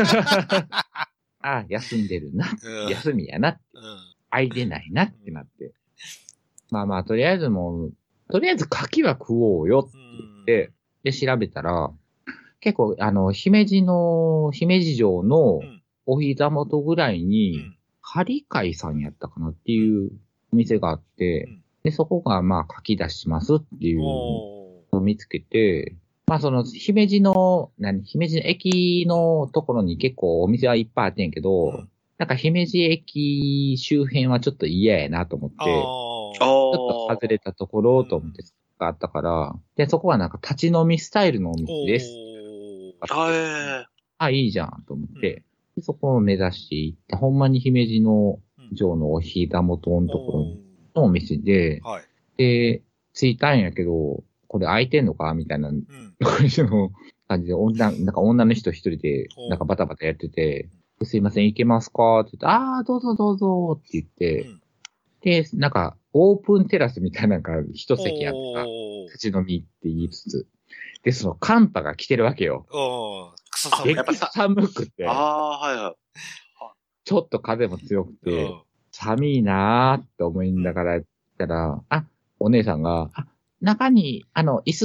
あ、休んでるな。うん、休みやなって。うん、空いてないなってなって。まあまあ、とりあえずもう、とりあえず牡蠣は食おうよって言って、で、調べたら、結構、あの、姫路の、姫路城の、お膝元ぐらいに、うん、ハリカイさんやったかなっていうお店があって、うん、で、そこがまあ書き出しますっていうのを見つけて、まあその姫路の、何、姫路の駅のところに結構お店はいっぱいあってんけど、うん、なんか姫路駅周辺はちょっと嫌やなと思って、ちょっと外れたところと思ってがあったから、で、そこはなんか立ち飲みスタイルのお店です。あ, あ、いいじゃんと思って、でそこを目指していって、ほんまに姫路の城のお膝元のところのお店で、うんはい、で、着いたんやけど、これ空いてんのかみたいな、うん、感じの感じで、女、なんか女の人一人で、なんかバタバタやってて、すいません、行けますかって言って、ああ、どうぞどうぞって言って、うん、で、なんか、オープンテラスみたいなのが一席あってさ、立ち飲みって言いつつ、で、その寒波が来てるわけよ。 クソ寒い。 やっぱ寒くて。 ああ、はいはい。 ちょっと風も強くて、寒いなーって思いながらやったら、あ、お姉さんが、あ、中に、あの、椅子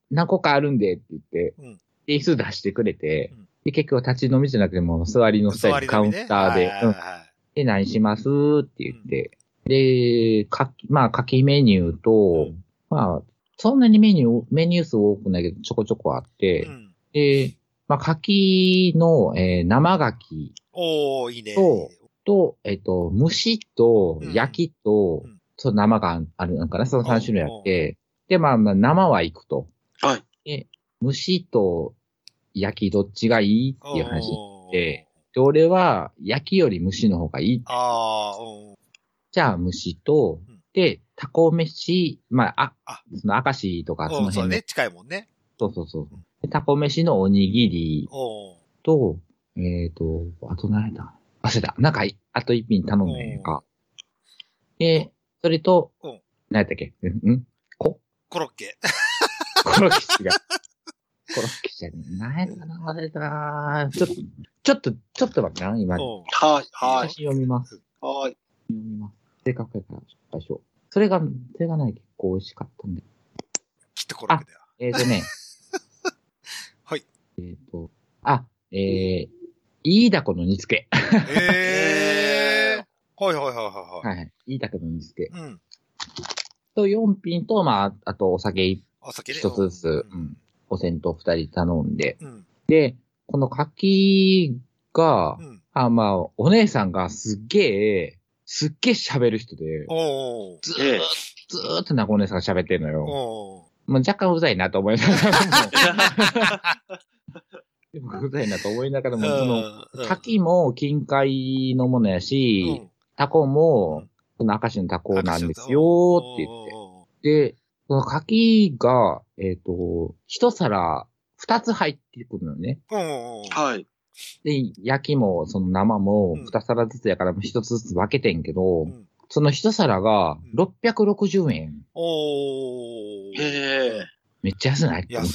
何個かあるんでって言って、うん、で、椅子出してくれて、うん、で、結局立ち飲みじゃなくても座りのスタイル、カウンターで、うん、で、何しますって言って、うん、で、かまあ、書きメニューと、うん、まあ、そんなにメニュー、メニュー数多くないけど、ちょこちょこあって、うん、で、まあ、牡蠣の、えー、生牡蠣。 おー、いいね。 と、と、えっ、ー、と、蒸しと、焼きと、うん、その生があるのかな、そのさん種類あって、で、まあ、まあ、生は行くと。 はい。 で、蒸しと焼きどっちがいいっていう話で、で、俺は焼きより蒸しの方がいい。 ああ、 じゃあ蒸しと、うん、で、タコ飯、まあ、あ、あその明石とかその辺の。 そうね、近いもんね。 そうそうそう。でタコ飯のおにぎりと、えっ、ー、と、あと何やった忘れた。なんか、あと一品頼んだんやんか。で、それと、何やったっけんこコロッケ。 コロッケ違う。コロッケじゃねえ。何やったかな忘れたなちょっと、ちょっと、ちょっと待ってな、今。 はい、はい。 写真読みます。 はい。 読みます。正確やから、最初。それが、それがない結構美味しかったんで。 きっとコロッケだよ。 えっ、ー、とね。 はい。 えっ、ー、と、あ、えー、いいだこの煮付け。 えー。はいはいはいはい。 はいはい。いいだこの煮付け。うん。とよん品と、まあ、あとお酒一つずつ、うん。お銭湯二人頼んで。うん。で、この牡蠣が、うん、あ、まあ、お姉さんがすっげえ、すっげえ喋る人で、 おずーっと、ずーっとなんかお姉さんが喋ってるのよ。おまあ、若干うざいなと思いながらも。でもうざいなと思いながらも、その、牡蠣も近海のものやし、うん、タコも、この明石のタコなんですよって言って。で、その牡蠣が、えっ、ー、と、一皿二つ入ってくるのね。 はい。 で、焼きも、その生も二皿ずつやから一つずつ分けてんけど、うん、その一皿がろっぴゃくろくじゅうえん。 おー。へー。 めっちゃ安ないって思って。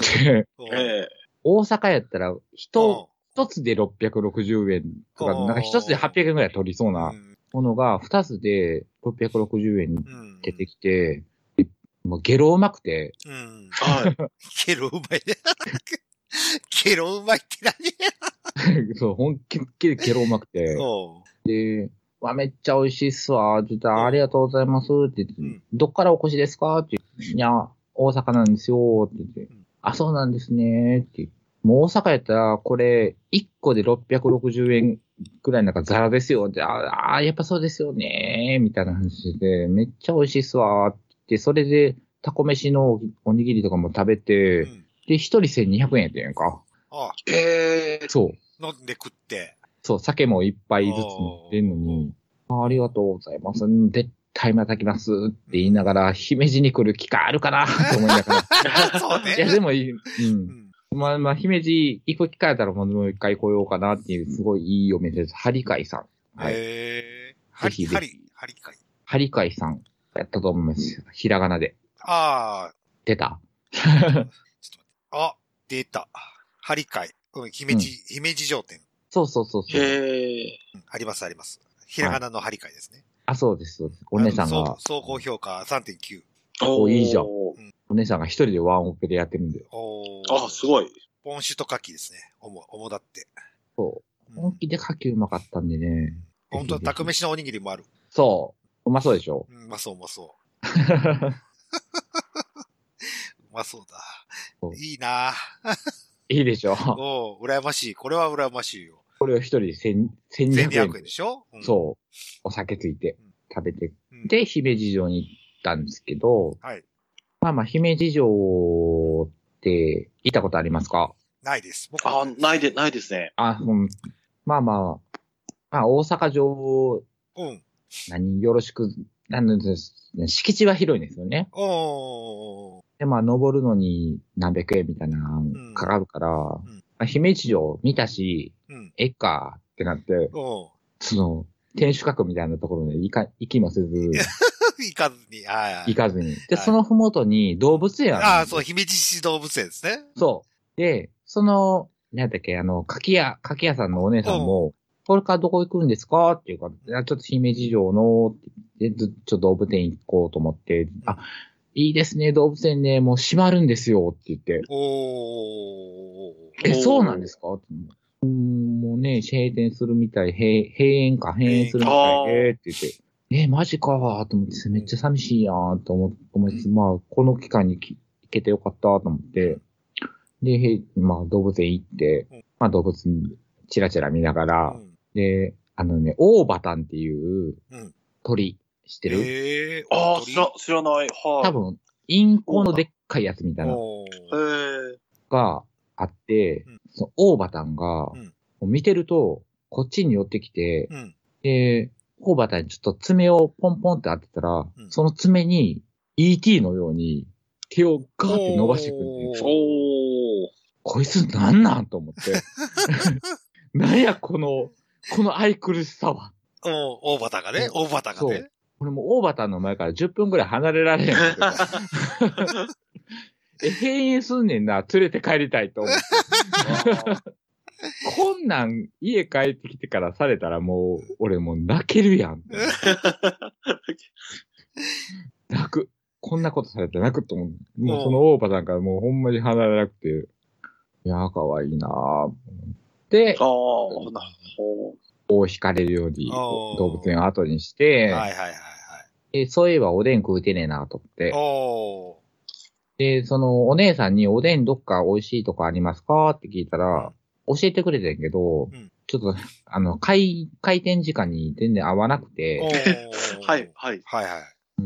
へー。大阪やったら、一、一つでろっぴゃくろくじゅうえんとか、なんか一つではっぴゃくえんぐらい取りそうなものが、二つでろっぴゃくろくじゅうえん出てきて、うん、もうゲロうまくて。 うん。はい。ゲロうまいね。ゲロうまいって何そう、本気でゲロうまくて。で、わ、めっちゃ美味しいっすわ。って言ったら、ありがとうございますって言って、うん、どっからお越しですかって言って、いや、大阪なんですよって言って、うん、あ、そうなんですねって言って、もう大阪やったら、これ、いっこでろっぴゃくろくじゅうえんくらいなんかザラですよって、ああ、やっぱそうですよねみたいな話で、めっちゃ美味しいっすわって言って、それで、タコ飯のおにぎりとかも食べて、うん、で、一人せんにひゃくえんやったやんか。 ああ。 ええー。そう。 飲んで食って。 そう、酒も一杯ずつ飲んでんのに、あ、ありがとうございます。絶対また来ますって言いながら、姫路に来る機会あるかなと思いながら。そうね。 いや、でもいい。うん。うんまあまあ、姫路行く機会あったらもう一回来ようかなっていう、すごいいいお店です。ハリカイさん。 はい。へー。ハリ、ハリ、ハリカイ。 ハリカイさんやったと思います。ひらがなで。 ああ。 出たちょっと待って。あ、出た。ハリカイ。うん、姫路、うん、姫路城店。 そうそうそうそう。 へー。 あります、あります。ひらがなのハリカイですね。はい、 あ、そうです、そうです。お姉さんが。 総合評価 さんてんきゅう。 お、いいじゃん。お姉さんが一人でワンオペでやってるんで。 おあ、すごい。 ポン酒と牡蠣ですね。おも、おもだって。 そう。本気で牡蠣うまかったんでね。 本当はタク飯のおにぎりもある。 そう。うまそうでしょ。 うん、うまそう、うまそう。うまそうだ。そういいないいでしょ。 おう、羨ましい。これは羨ましいよ。 これを一人で千、千二百円。 でしょ、 うん、そう。お酒ついて、食べて。うん、で、姫路城に行ったんですけど、 はい。 まあまあ、姫路城って行ったことありますか？ ないです。 僕あ、ないで、ないですね。 あ、うん。まあまあ、まあ、大阪城、 うん。 何、よろしく、なんです、敷地は広いんですよね。 おー。 で、まあ、登るのに何百円みたいなのかかるから、うんうんまあ、姫路城見たし、うん、えっかってなって、その、天守閣みたいなところに行か、行きもせず、 行かずに、はい、はい。 行かずに。で、はい、そのふもとに動物園ある。 ああ、そう、姫路市動物園ですね。 そう。で、その、なんだっけ、あの、かき屋、かき屋さんのお姉さんも、これからどこ行くんですかっていうか、ちょっと姫路城の、で、ちょっと動物園行こうと思って、あ、 いいですね、動物園ね、もう閉まるんですよって言って。 おー。 え、そうなんですかうん、もうね、閉店するみたい、閉、閉園か、閉園するみたい、えーって言って。え、マジかーと思って、めっちゃ寂しいやんと思って、思って、まあ、この期間に行けてよかったと思って、で、まあ、動物園行って、まあ、動物チラチラ見ながら、で、あのね、オオバタンっていう鳥、知ってる？ ええー、ああ、知ら、知らない。はい。 多分、インコのでっかいやつみたいな。へえ。 があって、そのオオバタンが、見てると、こっちに寄ってきて、で、オオバタンにちょっと爪をポンポンって当てたら、その爪に イーティー のように手をガーって伸ばしてくるんですよ。こいつなんなんと思って。なんや、この、この愛くるしさは。 お、大バタがね、大バタがね。そう。 俺も大バタの前からじゅっぷんくらい離れられへん。え、閉園すんねんな、連れて帰りたいと思って。こんなん家帰ってきてからされたらもう、俺もう泣けるやん。泣く。こんなことされて泣くと思う。もうその大バタからもうほんまに離れなくて、いやーかわいいなーって、こう惹かれるように動物園を後にして、はいはいはいはい。で、そういえばおでん食うてねえなと思って、おで、そのお姉さんにおでんどっか美味しいとこありますかって聞いたら、教えてくれてんけど、うん、ちょっと、あの、開、開店時間に全然合わなくて、 はい、はい。はい、はい。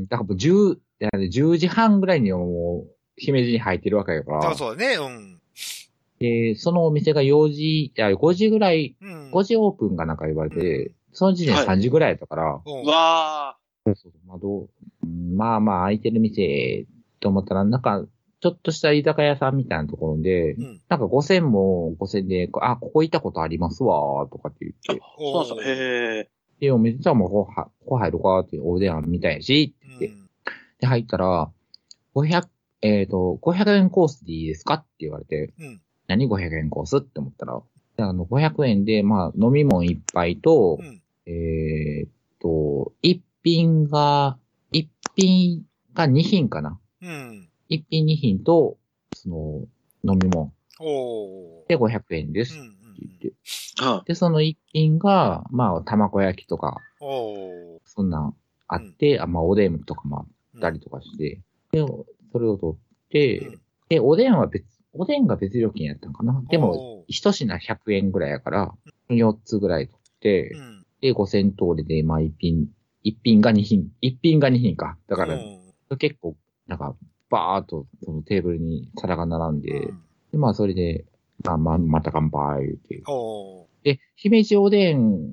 だからもうじゅう、じゅうじはんぐらいにはもう、姫路に入ってるわけやから。 そうそうね、うん。 で、そのお店がよじ、いや、ごじぐらい、うん、ごじオープンがなんか言われて、うん、その時点でさんじぐらいだったから、はい、 うわー。そうそう、まあどう、まあまあ空いてる店と思ったら、なんか、ちょっとした居酒屋さんみたいなところで、うん、なんかごせんもごせんで、あ、ここ行ったことありますわ、とかって言って。 そうそう、へえ。 で、お店じゃあもうここ、ここ入るかっておでんあるみたいやし、って言って。うん、で、入ったら、ごひゃく、えっと、ごひゃくえんコースでいいですかって言われて、うん、何ごひゃくえんコースって思ったら、あの、ごひゃくえんで、まあ、飲み物一杯と、うん、えっと、一品が、一品が二品かな。うん。一品二品と、その、飲み物。おで、ごひゃくえんです。って言って。うんうん、で、その一品が、まあ、卵焼きとか、おそんなんあって、うん、あまあ、おでんとかもあったりとかして、うん、で、それを取って、うん、で、おでんは別、おでんが別料金やったのかな。でも、一品ひゃくえんぐらいやから、よっつぐらい取って、うん、で、ごせん通りで、まあ、一品、一品が二品、一品が二品か。だから、うん、結構、なんか、バーっとそのテーブルに皿が並んで、うん、でまあそれで、まあまあ、また乾杯言って。で、姫路おでんって、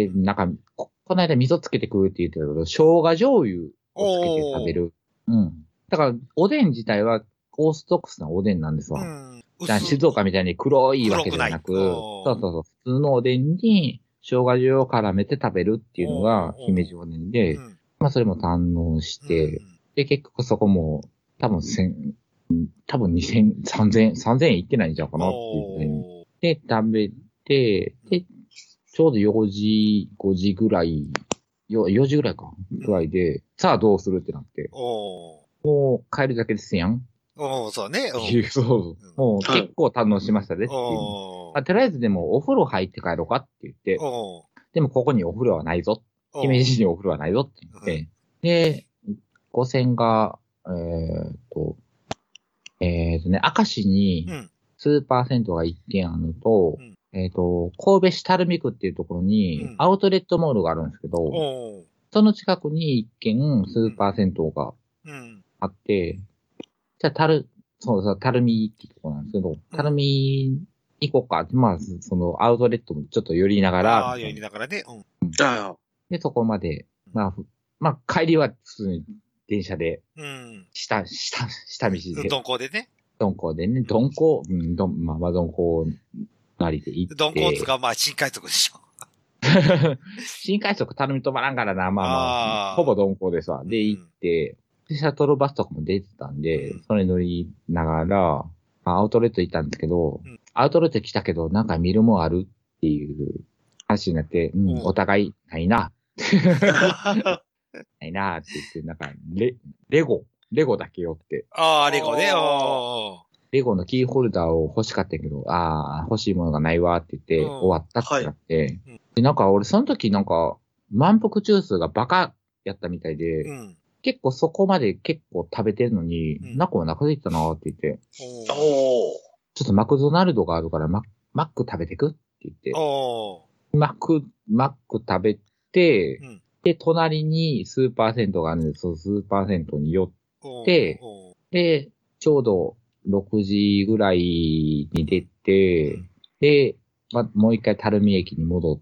なんか、こ、この間味噌つけて食うって言ってたけど、生姜醤油をつけて食べる。うん。だから、おでん自体はオーソドックスなおでんなんですわ。うん、静岡みたいに黒いわけじゃなく、そうそうそう、普通のおでんに生姜醤油を絡めて食べるっていうのが姫路おでんで、まあそれも堪能して、で、結局そこも、多分千、多分二千、三千、三千円いってないんじゃんかなっていうで、食べて、で、ちょうどよじ、ごじぐらい、よ、よじぐらいか、ぐらいで、さあどうするってなって。もう帰るだけですやん。 おそうね。 そう。もう結構堪能しましたねっていう。まあ、とりあえずでもお風呂入って帰ろうかって言って、でもここにお風呂はないぞ。姫路にお風呂はないぞって言って、で、ごせんが、えーっと、えーっとね、明石に、スーパー銭湯がいってんあるのと、うん、えーっと、神戸市垂水区っていうところに、アウトレットモールがあるんですけど、うん、その近くに一軒スーパー銭湯があって、うん、じゃあ、たる、そうそう、垂水っていうところなんですけど、垂水行こうかって、まあ、そのアウトレットもちょっと寄りながら、 ああ、寄りながらね、うん。 で、そこまで、まあ、まあ、帰りは普通に、電車で、うん。下、下、下道で。 鈍行でね。 鈍行でね。鈍行、うん、どん、まあまあ鈍行なりで行って。 鈍行使う、まあ新快速でしょ。 新快速頼み止まらんからな、まあまあ、ほぼ鈍行ですわ。で、行って、で、シャトルバスとかも出てたんで、うん、それ乗りながら、まあ、アウトレット行ったんですけど、うん、アウトレット来たけど、なんか見るもんあるっていう話になって、うん、うん、お互いないな。ないなーって言って、なんか、レ、レゴレゴだけよって。 ああ、レゴね。おー。 レゴのキーホルダーを欲しかったけど、ああ、欲しいものがないわって言って、終わったってなって、はい、で、なんか俺その時なんか、満腹中枢がバカやったみたいで、うん、結構そこまで結構食べてるのに、うん、なんかお腹空いたなって言って、おちょっとマクドナルドがあるからマ、マック食べてくって言って、おマック、マック食べて、うん、で、隣にスーパー銭湯があるんで、そのスーパー銭湯に寄って、で、ちょうどろくじぐらいに出て、うん、で、ま、もう一回垂水駅に戻って、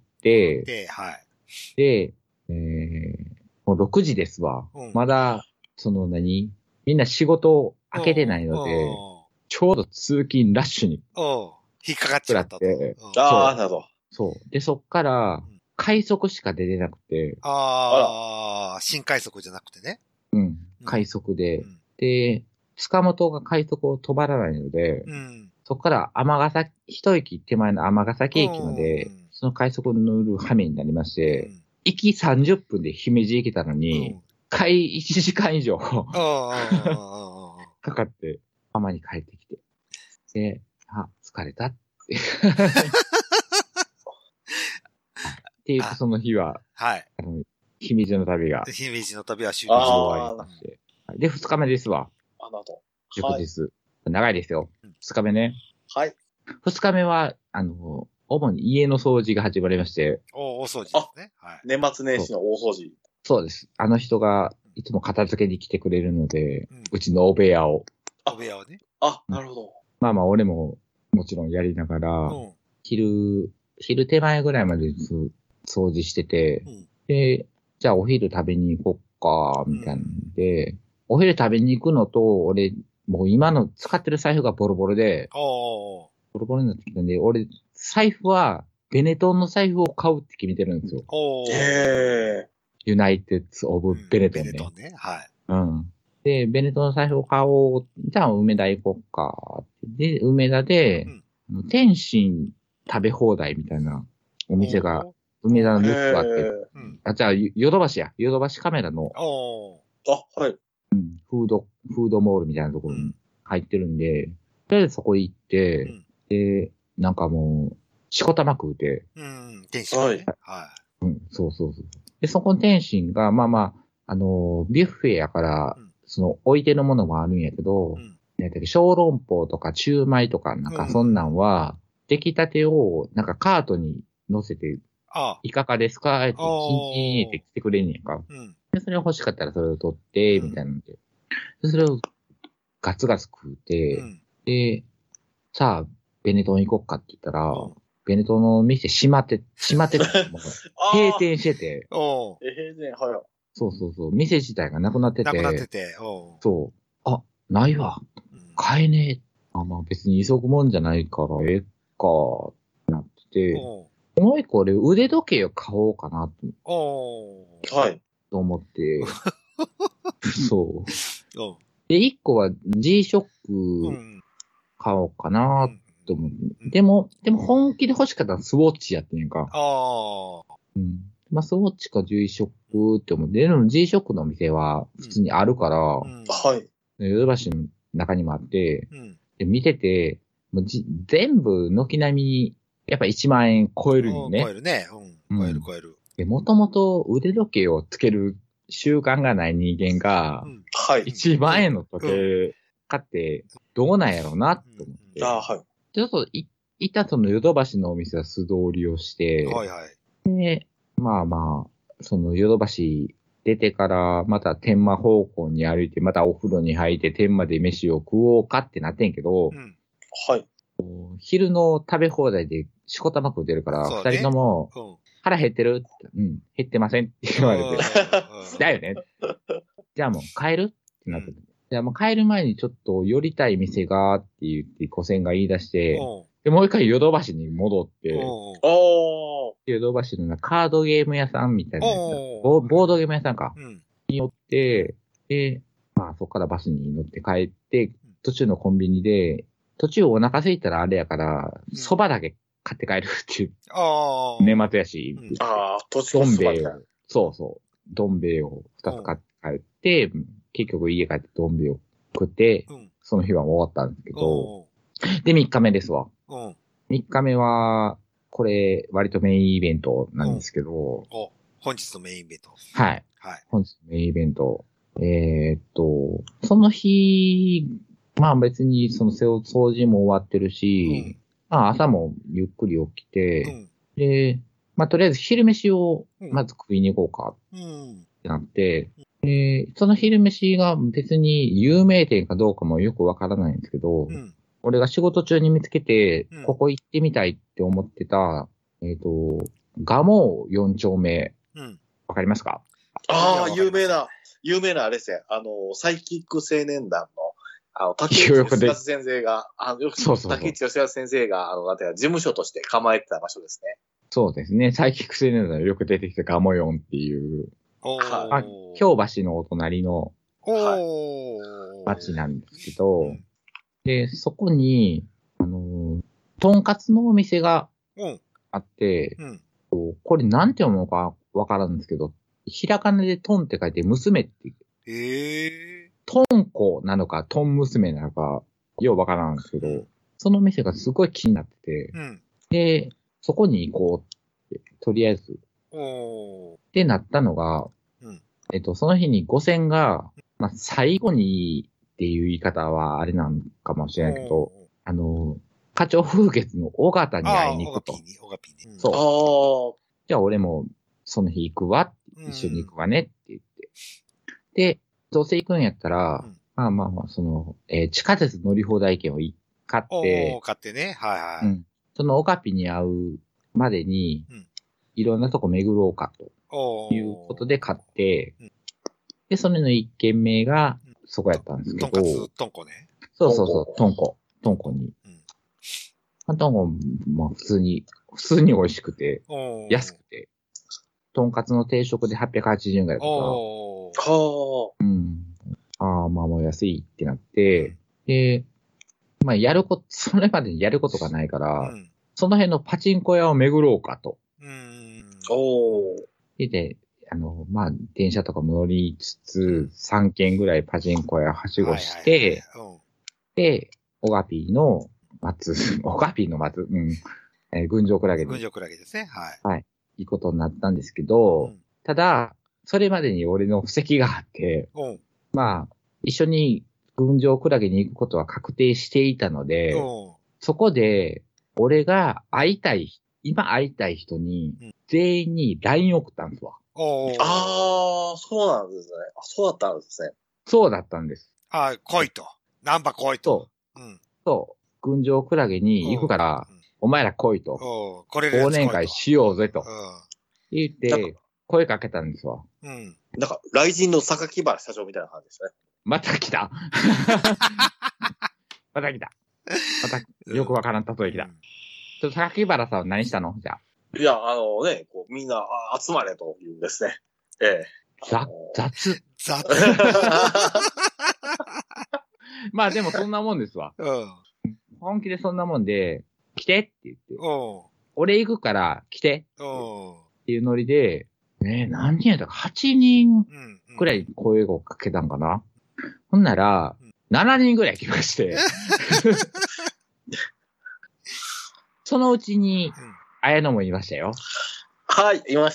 で、はい。 で、えー、もうろくじですわ。うん、まだ、その何みんな仕事開けてないので、ちょうど通勤ラッシュに。 引っかかっちゃったと。 ああ、なるほど。 そう。で、そっから、快速しか出てなくて。 ああ、新快速じゃなくてね。 うん。快速で。うん、で、塚本が快速を止まらないので、うん、そこから尼崎、一駅手前の尼崎駅まで、うん、その快速を乗る羽目になりまして、うん、行きさんじゅっぷんで姫路行けたのに、うん、帰いちじかん以上かかって、浜に帰ってきて。で、あ、疲れたって。っていうと、その日は、はい。あの、姫路の旅が。 姫路の旅は終了しまして。で、二日目ですわ。 あ、なるほど。 翌日。はい、長いですよ。二日目ね。 はい。 二日目は、あの、主に家の掃除が始まりまして。 お、大掃除ですね。はい。 年末年始の大掃除。 そう、そうです。あの人が、いつも片付けに来てくれるので、うん、うちのお部屋を。 お部屋をね。 あ、なるほど。 まあまあ、俺も、もちろんやりながら、うん、昼、昼手前ぐらいまで掃除してて、うん、で、じゃあお昼食べに行こっか、みたいなんで、うん、お昼食べに行くのと、俺、もう今の使ってる財布がボロボロで、ボロボロになってきたんで、俺、財布は、ベネトンの財布を買うって決めてるんですよ。 へー。 ユナイテッド・オブ・ベネトンね。ベネトンね。はい。うん。で、ベネトンの財布を買おう。じゃあ、梅田行こっか。で、梅田で、うん、天津食べ放題みたいなお店が、梅田のルーツがあって、あ、じゃあ、ヨドバシや。ヨドバシカメラの、 あ、はい。 うん、フード、フードモールみたいなところに入ってるんで、とりあえずそこ行って、うん、で、なんかもう、しこたま食うて。 うん、天津ね。はい。はい。 うん、そうそうそう。で、そこの天津が、まあまあ、あの、ビュッフェやから、うん、その、置いてるものもあるんやけど、うん、ね、小籠包とか、中米とか、なんかそんなんは、出来たてを、なんかカートに乗せて、ああいかがですかって、チンチンって来てくれんねんか。うん。で、それ欲しかったらそれを取って、みたいなんで。で、それをガツガツ食うて、うん、で、さあ、ベネトン行こっかって言ったら、うん、ベネトンの店閉まって、閉まってた。閉店してて。 おえ、閉店、はい。 そうそうそう。店自体がなくなってて。なくなってて。おそう。あ、ないわ。うん、買えねえ。あ、まあ別に急ぐもんじゃないから、ええか、ってなってて。もう一個俺腕時計を買おうかなと。 おはい。 と思って。そう。で、一個は G ショック買おうかなと思って。うん、でも、でも本気で欲しかったらスウォッチやってんやんか。ああ。うん。まあ、スウォッチか G ショックって思って。でも G ショックのお店は普通にあるから。うん、 はい。 ヨドバシの中にもあって。うん、で見てて、もうじ全部軒並み、やっぱいちまんえん超えるよね。 超えるね。うん。超える超える。 で、もともと腕時計をつける習慣がない人間が、うん、はい。いちまんえんの時計買ってどうなんやろうなと思って。 うん、あはい。 ちょっとい、いたそのヨドバシのお店は素通りをして、はいはい。で、まあまあ、そのヨドバシ出てからまた天満方向に歩いて、またお風呂に入って天満で飯を食おうかってなってんけど、うん、 はい。 昼の食べ放題でしこたま食うてるから、二、ね、人とも、うん、腹減ってるって、うん、減ってませんって言われて。だよね。じゃあもう帰るってなって、うん、じゃあもう帰る前にちょっと寄りたい店がって言って古仙が言い出して、で、もう一回ヨドバシに戻って、ヨドバシのカードゲーム屋さんみたいなボ、ボードゲーム屋さんか。うん、に寄って、で、まあそこからバスに乗って帰って、途中のコンビニで、途中お腹空いたらあれやから、蕎麦だけ買って帰るっていう。ああ。年末やし。 ああ、途中どん兵衛を。そうそう。どん兵衛を二つ買って帰って、 結局家帰ってドンビを食って、うん、その日は終わったんですけど、で、みっかめですわ。うん、みっかめは、これ、割とメインイベントなんですけど、うん、 お本日のメインイベント。 はい。はい。本日のメインイベント。えー、っと、その日、まあ別にその掃除も終わってるし、うん、まあ朝もゆっくり起きて、うん、で、まあとりあえず昼飯をまず食いに行こうかってなって、うん、で、その昼飯が別に有名店かどうかもよくわからないんですけど、うん、俺が仕事中に見つけて、うん、ここ行ってみたいって思ってた、えっと、ガモよん丁目、わ、うん、かりますか？ ああ、有名な、有名なあれですね。あの、サイキック青年団の、あの、竹内義和先生が、あの、よく、そうそうそう竹内義和先生が、あの、なんていうか、事務所として構えてた場所ですね。 そうですね。サイキック青年団でよく出てきたガモヨンっていう、はい、京橋のお隣の町なんですけど、うん、で、そこに、あの、とんかつのお店があって、うんうん、これなんて読むのかわからんですけど、ひらがなでトンって書いて娘って言って。へー。トンコなのか、トン娘なのか、ようわからんですけど、うん、その店がすごい気になってて、うん、で、そこに行こうって、とりあえず。おー。ってなったのが、うん、えっと、その日にご戦が、まあ、最後にっていう言い方はあれなんかもしれないけど、あの、花鳥風月の尾形に会いに行くと。 ああ、尾形に、尾形に。 そう。じゃあ俺もその日行くわ。一緒に行くわねって言って。で、どうせ行くんやったら、うん、まあまあまあ、その、えー、地下鉄乗り放題券を買って、 お買ってね。はいはい。うん。 そのオカピに会うまでに、うん、いろんなとこ巡ろうかということで買って、うん、で、それの一軒目が、そこやったんですけど。 とんかつ、とんこね。 そうそうそう、とんこ。とんこに。うん、とんこ、まあ普通に、普通に美味しくて、安くて。とんかつの定食ではっぴゃくはちじゅうえんぐらいとか。おー。はー。うん。ああ、まあもう安いってなって、で、まあやること、それまでにやることがないから、うん、その辺のパチンコ屋を巡ろうかと。うん。おー。で、あの、まあ電車とかも乗りつつ、さんけんぐらいパチンコ屋はしごして、で、オガピーの松、オガピーの松、うん。えー、群青クラゲで。群青クラゲですね。はい。 はい。いいことになったんですけど、うん、ただ、それまでに俺の布石があって、うん、まあ、一緒に群青クラゲに行くことは確定していたので、うん、そこで、俺が会いたい、今会いたい人に、全員に ライン 送ったんですわ。 うん、ああ、そうなんですね。あ、そうだったんですね。 そうだったんです。 ああ、来いと。ナンバ来いと。 そう。うん、そう。群青クラゲに行くから、うん、お前ら来いと。これ忘年会しようぜと。うん、言って、声かけたんですわ。 うん。なんか、雷神の榊原社長みたいな感じですね。 また来た。また来た。また、よくわからん例え来た。うん、ちょっと榊原さんは何したのじゃあ。 いや、あのね、こう、みんな集まれというんですね。ええ。 ざ、雑。 雑。 まあでもそんなもんですわ。うん。本気でそんなもんで、来てって言って。うん。俺行くから来て。うん。っていうノリで、ねえ、何人やったかはちにんくらい声をかけたんかな、うん、ほんなら、うん、しちにんぐらい来まして。そのうちに、綾野もいましたよ。 はい、いました。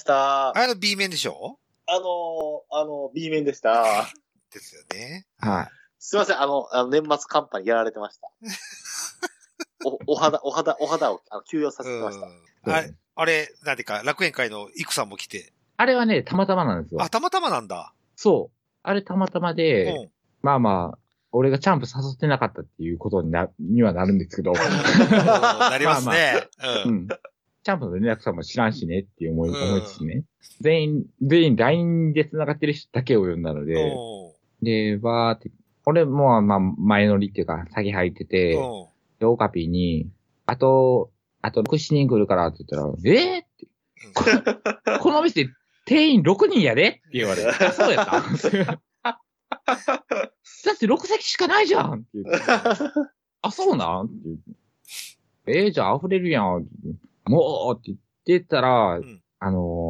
あの B 面でしょ？ あの、あの、B 面でした。 ですよね。 はい。 すいません、あの、あの年末カンパにやられてました。お、お肌、お肌、お肌をあの休養させてました。 あれ、あれ、なんていうか、楽園会のイクさんも来て。 あれはね、たまたまなんですよ。 あ、たまたまなんだ。 そう。あれたまたまで、うん、まあまあ、俺がチャンプ誘ってなかったっていうことにな、にはなるんですけど。 なりますね。まあまあ、うん。うん。 チャンプの連絡先も知らんしねっていう思い、思いつつね。全員、全員 ライン で繋がってる人だけを呼んだので、で、わーって、俺もまあ前乗りっていうか先入ってて、で、オカピーに、あと、あとろく、しちにん来るからって言ったら、えー、ってこ、この店店員ろくにんやでって言われて、あ、そうやっただってろく席しかないじゃんって言って、あ、そうなんって言って、えー、じゃあ溢れるやんって言って、もうって言ってたら、うん、あの、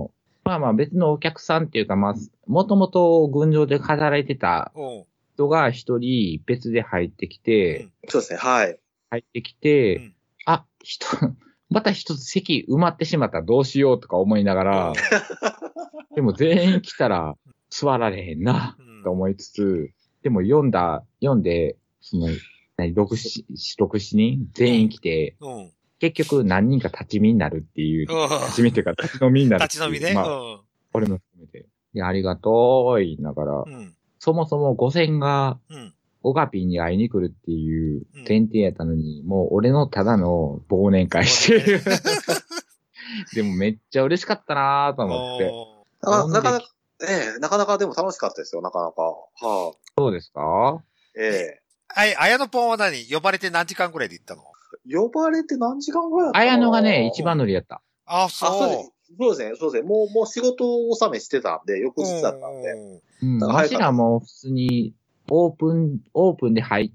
まあまあ別のお客さんっていうか、まあ、もともと群青で働いてた人が一人別で入ってきて、 うん、そうですね、はい。 入ってきて、うん、あ、人、また一つ席埋まってしまったらどうしようとか思いながら、でも全員来たら座られへんな、と思いつつ、でも読んだ、読んで、その、何、六、六、七人全員来て、うんうん、結局何人か立ち見になるっていう、立ち見っていうか立ち飲みになるっていう。 立ち飲みね。 まあ、うん、俺も含めて。いや、ありがとう、言いながら、うん、そもそも五千が、オガピーに会いに来るっていう前提やったのに、うん、もう俺のただの忘年会してる。でもめっちゃ嬉しかったなぁと思って。 な, なかなか、ええ、なかなかでも楽しかったですよ、なかなか。はあ、 そうですか？ ええ。 あい、綾野ポンは何？呼ばれて何時間くらいで行ったの？ 呼ばれて何時間くらいだったの？ 綾野がね、一番乗りやった。 あ、そう。あ、 そうです。そうですね、そうですね。もう、もう仕事納めしてたんで、翌日だったんで。 うん。わしらも普通に、オープン、オープンで入って、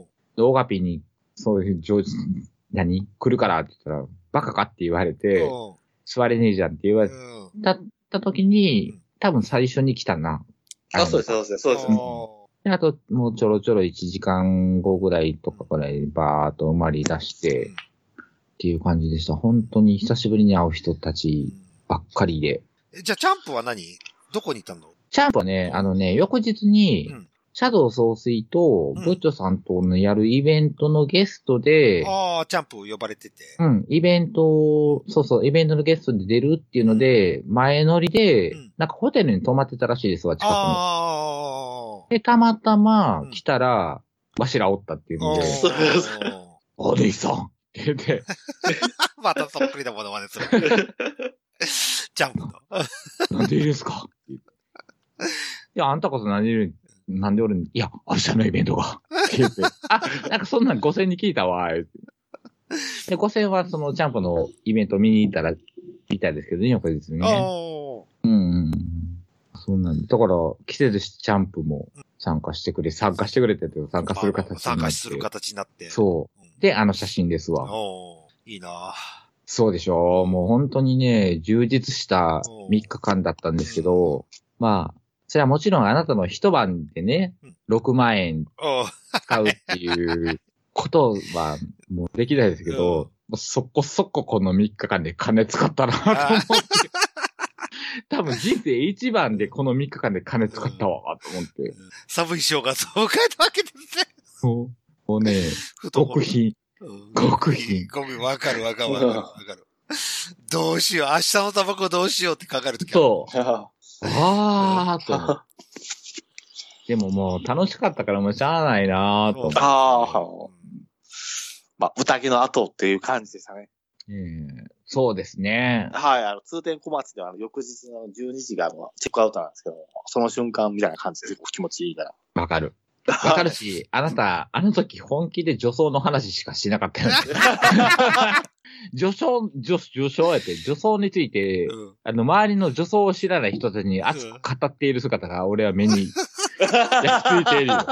オガピに、そういう上手、何来るからって言ったら、バカかって言われて、座れねえじゃんって言われた、た時に、多分最初に来たな。 あ、そうです、そうです、そうです。 で、あと、もうちょろちょろいちじかんごぐらいとかくらいバーっと埋まり出して、っていう感じでした。本当に久しぶりに会う人たちばっかりで。 え、じゃあ、チャンプは何？どこに行ったの？ チャンプはね、あのね、翌日に、うん、シャドウ総帥と、ブッチョさんとのやるイベントのゲストで、 うん、ああ、チャンプ呼ばれてて。 うん、イベント、そうそう、イベントのゲストで出るっていうので、前乗りで、うん、なんかホテルに泊まってたらしいですわ、近くの。あで、たまたま来たら、うん、わしらおったっていうので、おでいさんって言って。 またそっくりなものまねする。ジャンプと。 なんでいいですか？いや、あんたこそ何でいる、なんでおるん、いや、明日のイベントが。って言って。あ、なんかそんなんごせんに聞いたわ。で、ごせんはそのジャンプのイベント見に行ったら、みたいですけどね、翌日にね。うんうん。そうなんで。だから、季節ジャンプも参加してくれ、参加してくれてて、参加する形になって。 参加する形になって。 そう。で、あの写真ですわ。 おいいなそうでしょう。もう本当にね、充実したみっかかんだったんですけど、まあ、それはもちろんあなたの一晩でね、ろくまんえん使うっていうことはもうできないですけど、もうそこそここのみっかかんで金使ったなと思って。多分人生一番でこのみっかかんで金使ったわ、と思って。 寒い正月を迎えたわけですね。 そう。もうね、極貧。極貧。 極貧、わかるわかるわかるわかる。どうしよう、明日のタバコどうしようって考えるときそう。あーと。でももう楽しかったからもうしゃあないなーと。 ああ。まあ、宴の後っていう感じでしたね。 ええ、そうですね。 はい、あの、通天小松ではあの翌日のじゅうにじがチェックアウトなんですけど、その瞬間みたいな感じで気持ちいいから。 わかる。わかるし、あなた、あの時本気で女装の話しかしなかったよね。女装、女、女装やって、女装について、うん、あの、周りの女装を知らない人たちに熱く語っている姿が俺は目に焼き付いているよ。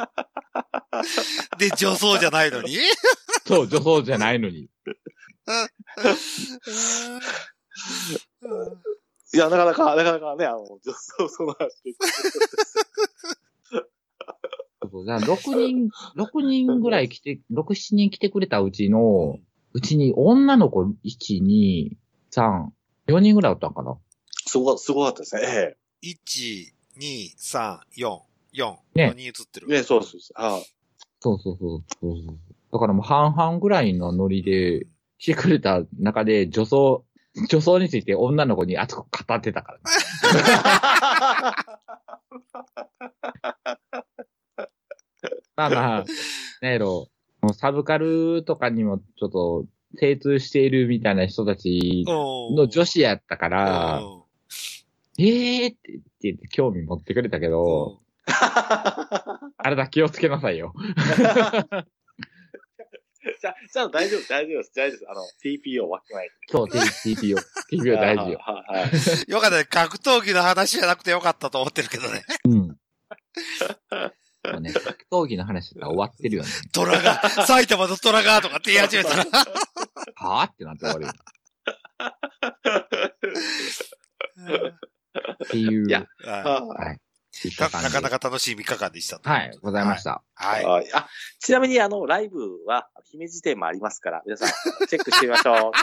で、女装じゃないのにそう、女装じゃないのに。 いや、なかなか、なかなかね、あの、女装、その話。 そうだ、ろくにん、ろくにんぐらい来て、ろく、しちにん来てくれたうちの、うちに女の子いち、に、さん、よにんぐらいおったんかな。 すご、すごかったですね。ええ。 いち、に、さん、よん、よん。 ね。 よにん映ってる。 ね、そうそうそう。はい。 そうそうそうそうそう。だからもう半々ぐらいのノリで来てくれた中で女装、女装について女の子に熱く語ってたからね。まあまあ、なんやろ、もうサブカルとかにもちょっと精通しているみたいな人たちの女子やったから、えーって言って興味持ってくれたけど、あれだ、気をつけなさいよ。 じゃあ、じゃあ大丈夫、大丈夫です、大丈夫です。あの、ティーピーオー わけない。 そう、ティーピーオー。ティーピーオー 大事よ。 はいはい。 よかったね。格闘技の話じゃなくてよかったと思ってるけどね。 うん。そうね、格闘技の話だったら終わってるよね。 トラが、埼玉のトラがとかって言い始めたら。 はぁってなって終わるよ。 っていう。いや、はい。 なかなか楽しいみっかかんでした。 はい、ございました。 はい。はい、あ、ちなみにあの、ライブは、姫路店もありますから、皆さん、チェックしてみましょう。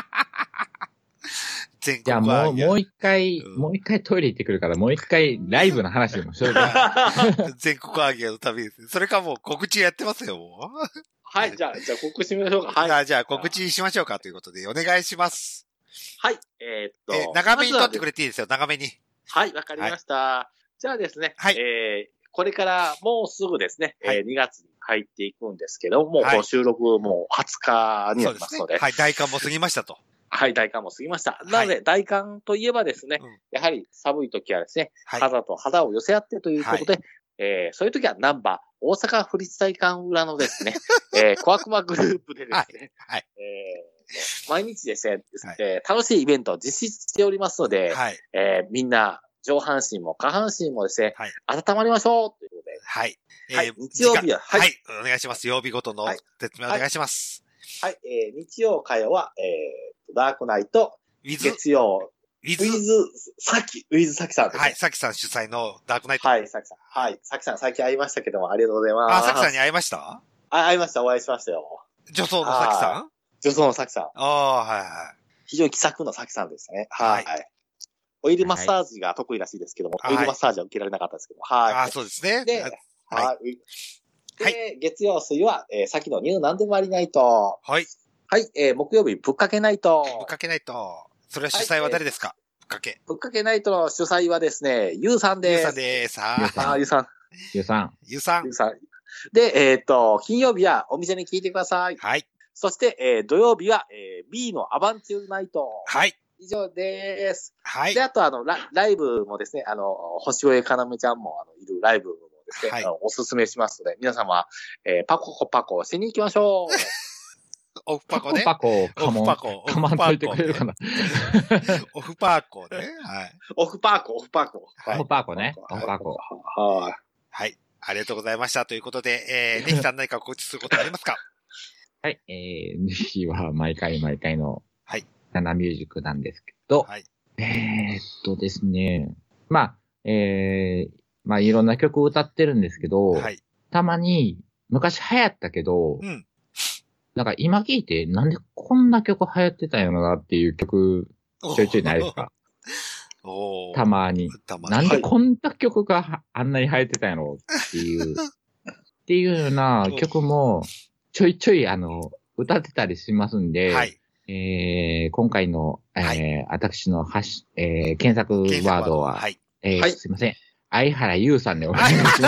じゃあもう、もう一回、うん、もう一回トイレ行ってくるから、もう一回ライブの話でもしようか。 全国アーゲーの旅ですね。それかもう告知やってますよ、もう。 はい、じゃあ、じゃあ告知しましょうか。はい。 じゃあ告知しましょうかということで、お願いします。 はい、えー、っと、 えー、長めに撮ってくれていいですよ、長めに。 はい、わかりました。はい、じゃあですね、はい、えー、これからもうすぐですね、はい、えー、にがつに入っていくんですけども、はい、もう収録もうはつかになりますので。 でね、はい、大寒も過ぎましたと。 はい、大寒も過ぎました。なので、はい、大寒といえばですね、うん、やはり寒い時はですね、はい、肌と肌を寄せ合ってということで、はい、えー、そういう時はナンバー、大阪府立体育館裏のですね、えー、小悪魔グループでですね、はいはい、えー、毎日ですね、はい、楽しいイベントを実施しておりますので、はい、えー、みんな上半身も下半身もですね、はい、温まりましょうということで。 はい。 えー、はい、日曜日は、 はい、はい、お願いします。曜日ごとの説明お願いします。 はい、はい、えー、日曜、火曜は、えー、ダークナイト、月曜、ウィズ、ウィズ、さき、ウィズさきさんです、ね。 はい、さきさん主催のダークナイト。 はい、さきさん。はい、さきさん最近会いましたけども、ありがとうございます。 あ、さきさんに会いました？ あ、会いました、お会いしましたよ。 女装のさきさん？ 女装のさきさん。 ああ、はいはい。 非常に気さくなさきさんですね。はい。はい、オイルマッサージが得意らしいですけども、はい、オイルマッサージは受けられなかったですけども、はい。 ああ、そうですね。 で、はい。はい、で、はい、月曜、水は、えー、さっきのニューなんでもありナイト。 はい。 はい、えー、木曜日、ぶっかけナイト。 ぶっかけナイト。それは主催は誰ですか？はい、ぶっかけ。 ぶっかけナイトの主催はですね、ゆうさんです。 ゆうさんです。 ああ、ゆうさん。 ゆうさん。 ゆうさん。 ゆうさん。で、えっと、金曜日はお店に聞いてください。 はい。 そして、えー、土曜日は、えー、B のアバンチュールナイト。 はい。 以上です。 はい。 で、あと、あの、ラ, ライブもですね、あの、星越かなめちゃんも、あの、いるライブもですね、はい、あのおすすめしますので、皆様、えー、パココパコしに行きましょう。 オフパコね。 オフパコ、かも、かまんといてくれるかな。 オフパコね。はい。 オフパコ、オフパコ。 オフパコね。オフパコ。 はい。 はい。ありがとうございました。ということで、えー、ネヒさん何か告知することありますか？ はい。えー、ネヒは毎回毎回の、 はい。 ナナミュージックなんですけど、 はい。 えーっとですね、まあ、えー、まあいろんな曲を歌ってるんですけど、はい。たまに、昔流行ったけど、うん。なんか今聴いて、なんでこんな曲流行ってたんやろなっていう曲、ちょいちょいないですか？おたまに。たまに。なんでこんな曲があんなに流行ってたんやろっていう、っていうような曲も、ちょいちょいあの、歌ってたりしますんで、はい。えー、今回の、えーはい、私のハッシュ、えー、検索ワードは、はい。えーはい、すいません。相原優さんでお願いします。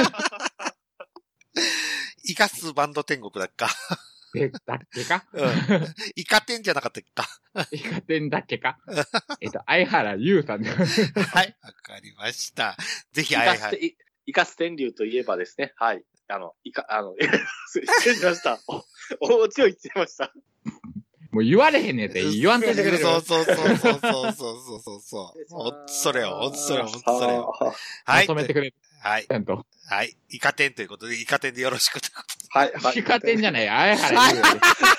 イカスバンド天国だっか。 え、だっけかうん。イカ天じゃなかったっけか。 イカ天だっけかえっと、相原優さんで。 はい、わかりました。ぜひ相原。 イカス天竜といえばですね、はい。あの、イカ、あの、失礼しました。お、おちを言っちゃいました。 もう言われへんねんって言わんといてくれる。 そうそうそうそうそうそうそうそう。ほんとそれよ、ほんとそれよ、ほんとそれよ。 はい。まとめてくれる。 はい。 ちゃんと。 はい。イカ天ということで、イカ天でよろしくということで。はい。 イカ天じゃない、相原優。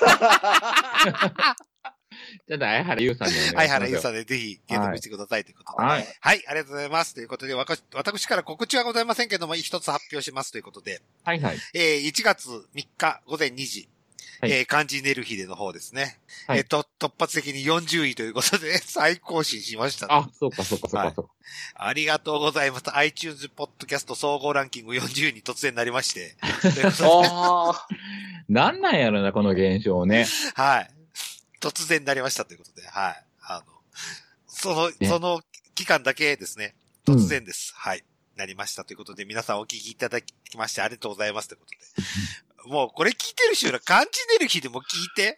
ちょっと相原優さんでお願いします。 相原優さんでぜひ検討してくださいということで。はい。はい。ありがとうございます。ということで、私から告知はございませんけども、一つ発表しますということで。 はいはい。 えー、いちがつみっか午前にじ。はい、えー、漢字ネルヒデの方ですね。はい、えー、と、突発的によんじゅういということで、再更新しました、ね。 あ、そうか、そうか、そうか、そうか、 はい。ありがとうございます。iTunes ポッドキャスト総合ランキングよんじゅういに突然なりまして。 ああ。なんなんやろな、この現象ね。 はい。突然なりましたということで、はい。あの、その、ね、その期間だけですね、突然です。うん、はい。なりましたということで、皆さんお聞きいただきましてありがとうございますということで。もうこれ聞いてる人ら漢字ネルヒでも聞いて。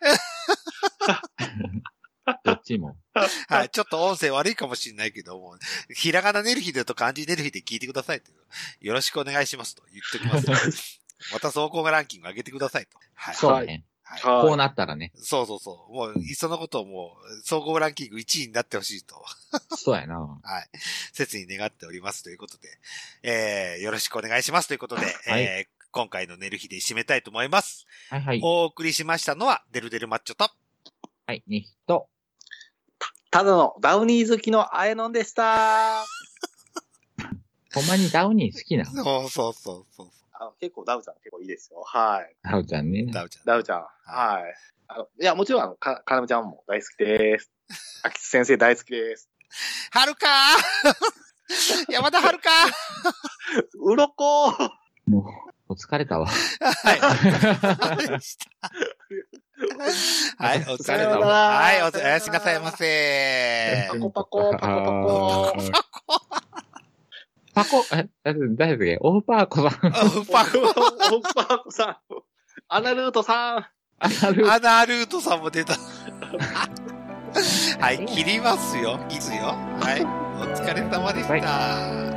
どっちも。 はい。ちょっと音声悪いかもしれないけども、ひらがなネルヒデと漢字ネルヒで聞いてくださいと。よろしくお願いしますと言っておきます。また総合ランキング上げてくださいと。 はい。そうね。はい、こうなったらね。 そうそうそう。もう、いっそのことをもう、総合ランキングいちいになってほしいと。 そうやな。 はい。切に願っておりますということで、えー、よろしくお願いしますということで、はい、えー、今回の寝る日で締めたいと思います。 はいはい。 お送りしましたのは、デルデルマッチョと、 はい、ネヒと、 ただのダウニー好きのあえのんでした。 ほんまにダウニー好きなの？ そうそうそうそう。 あの結構ダウちゃん結構いいですよ。はい。 ダウちゃんね。 ダウちゃん。 ダウちゃん。はい。あのいや、もちろん、あの、か、かなめちゃんも大好きです。秋津先生大好きです。 はるかー山田はるかうろこーもう、お疲れたわ。 はい。はい、お疲れ様。はい、おやすみなさいませ。 パコパコ、パコパコ。 パコ、え、誰だっけオフパーコさん。 オフパーコ。 オフパーコさん。アナルートさん。 アナルート。アナルートさんも出た。はい、切りますよ。いつよ。はい。お疲れ様でした。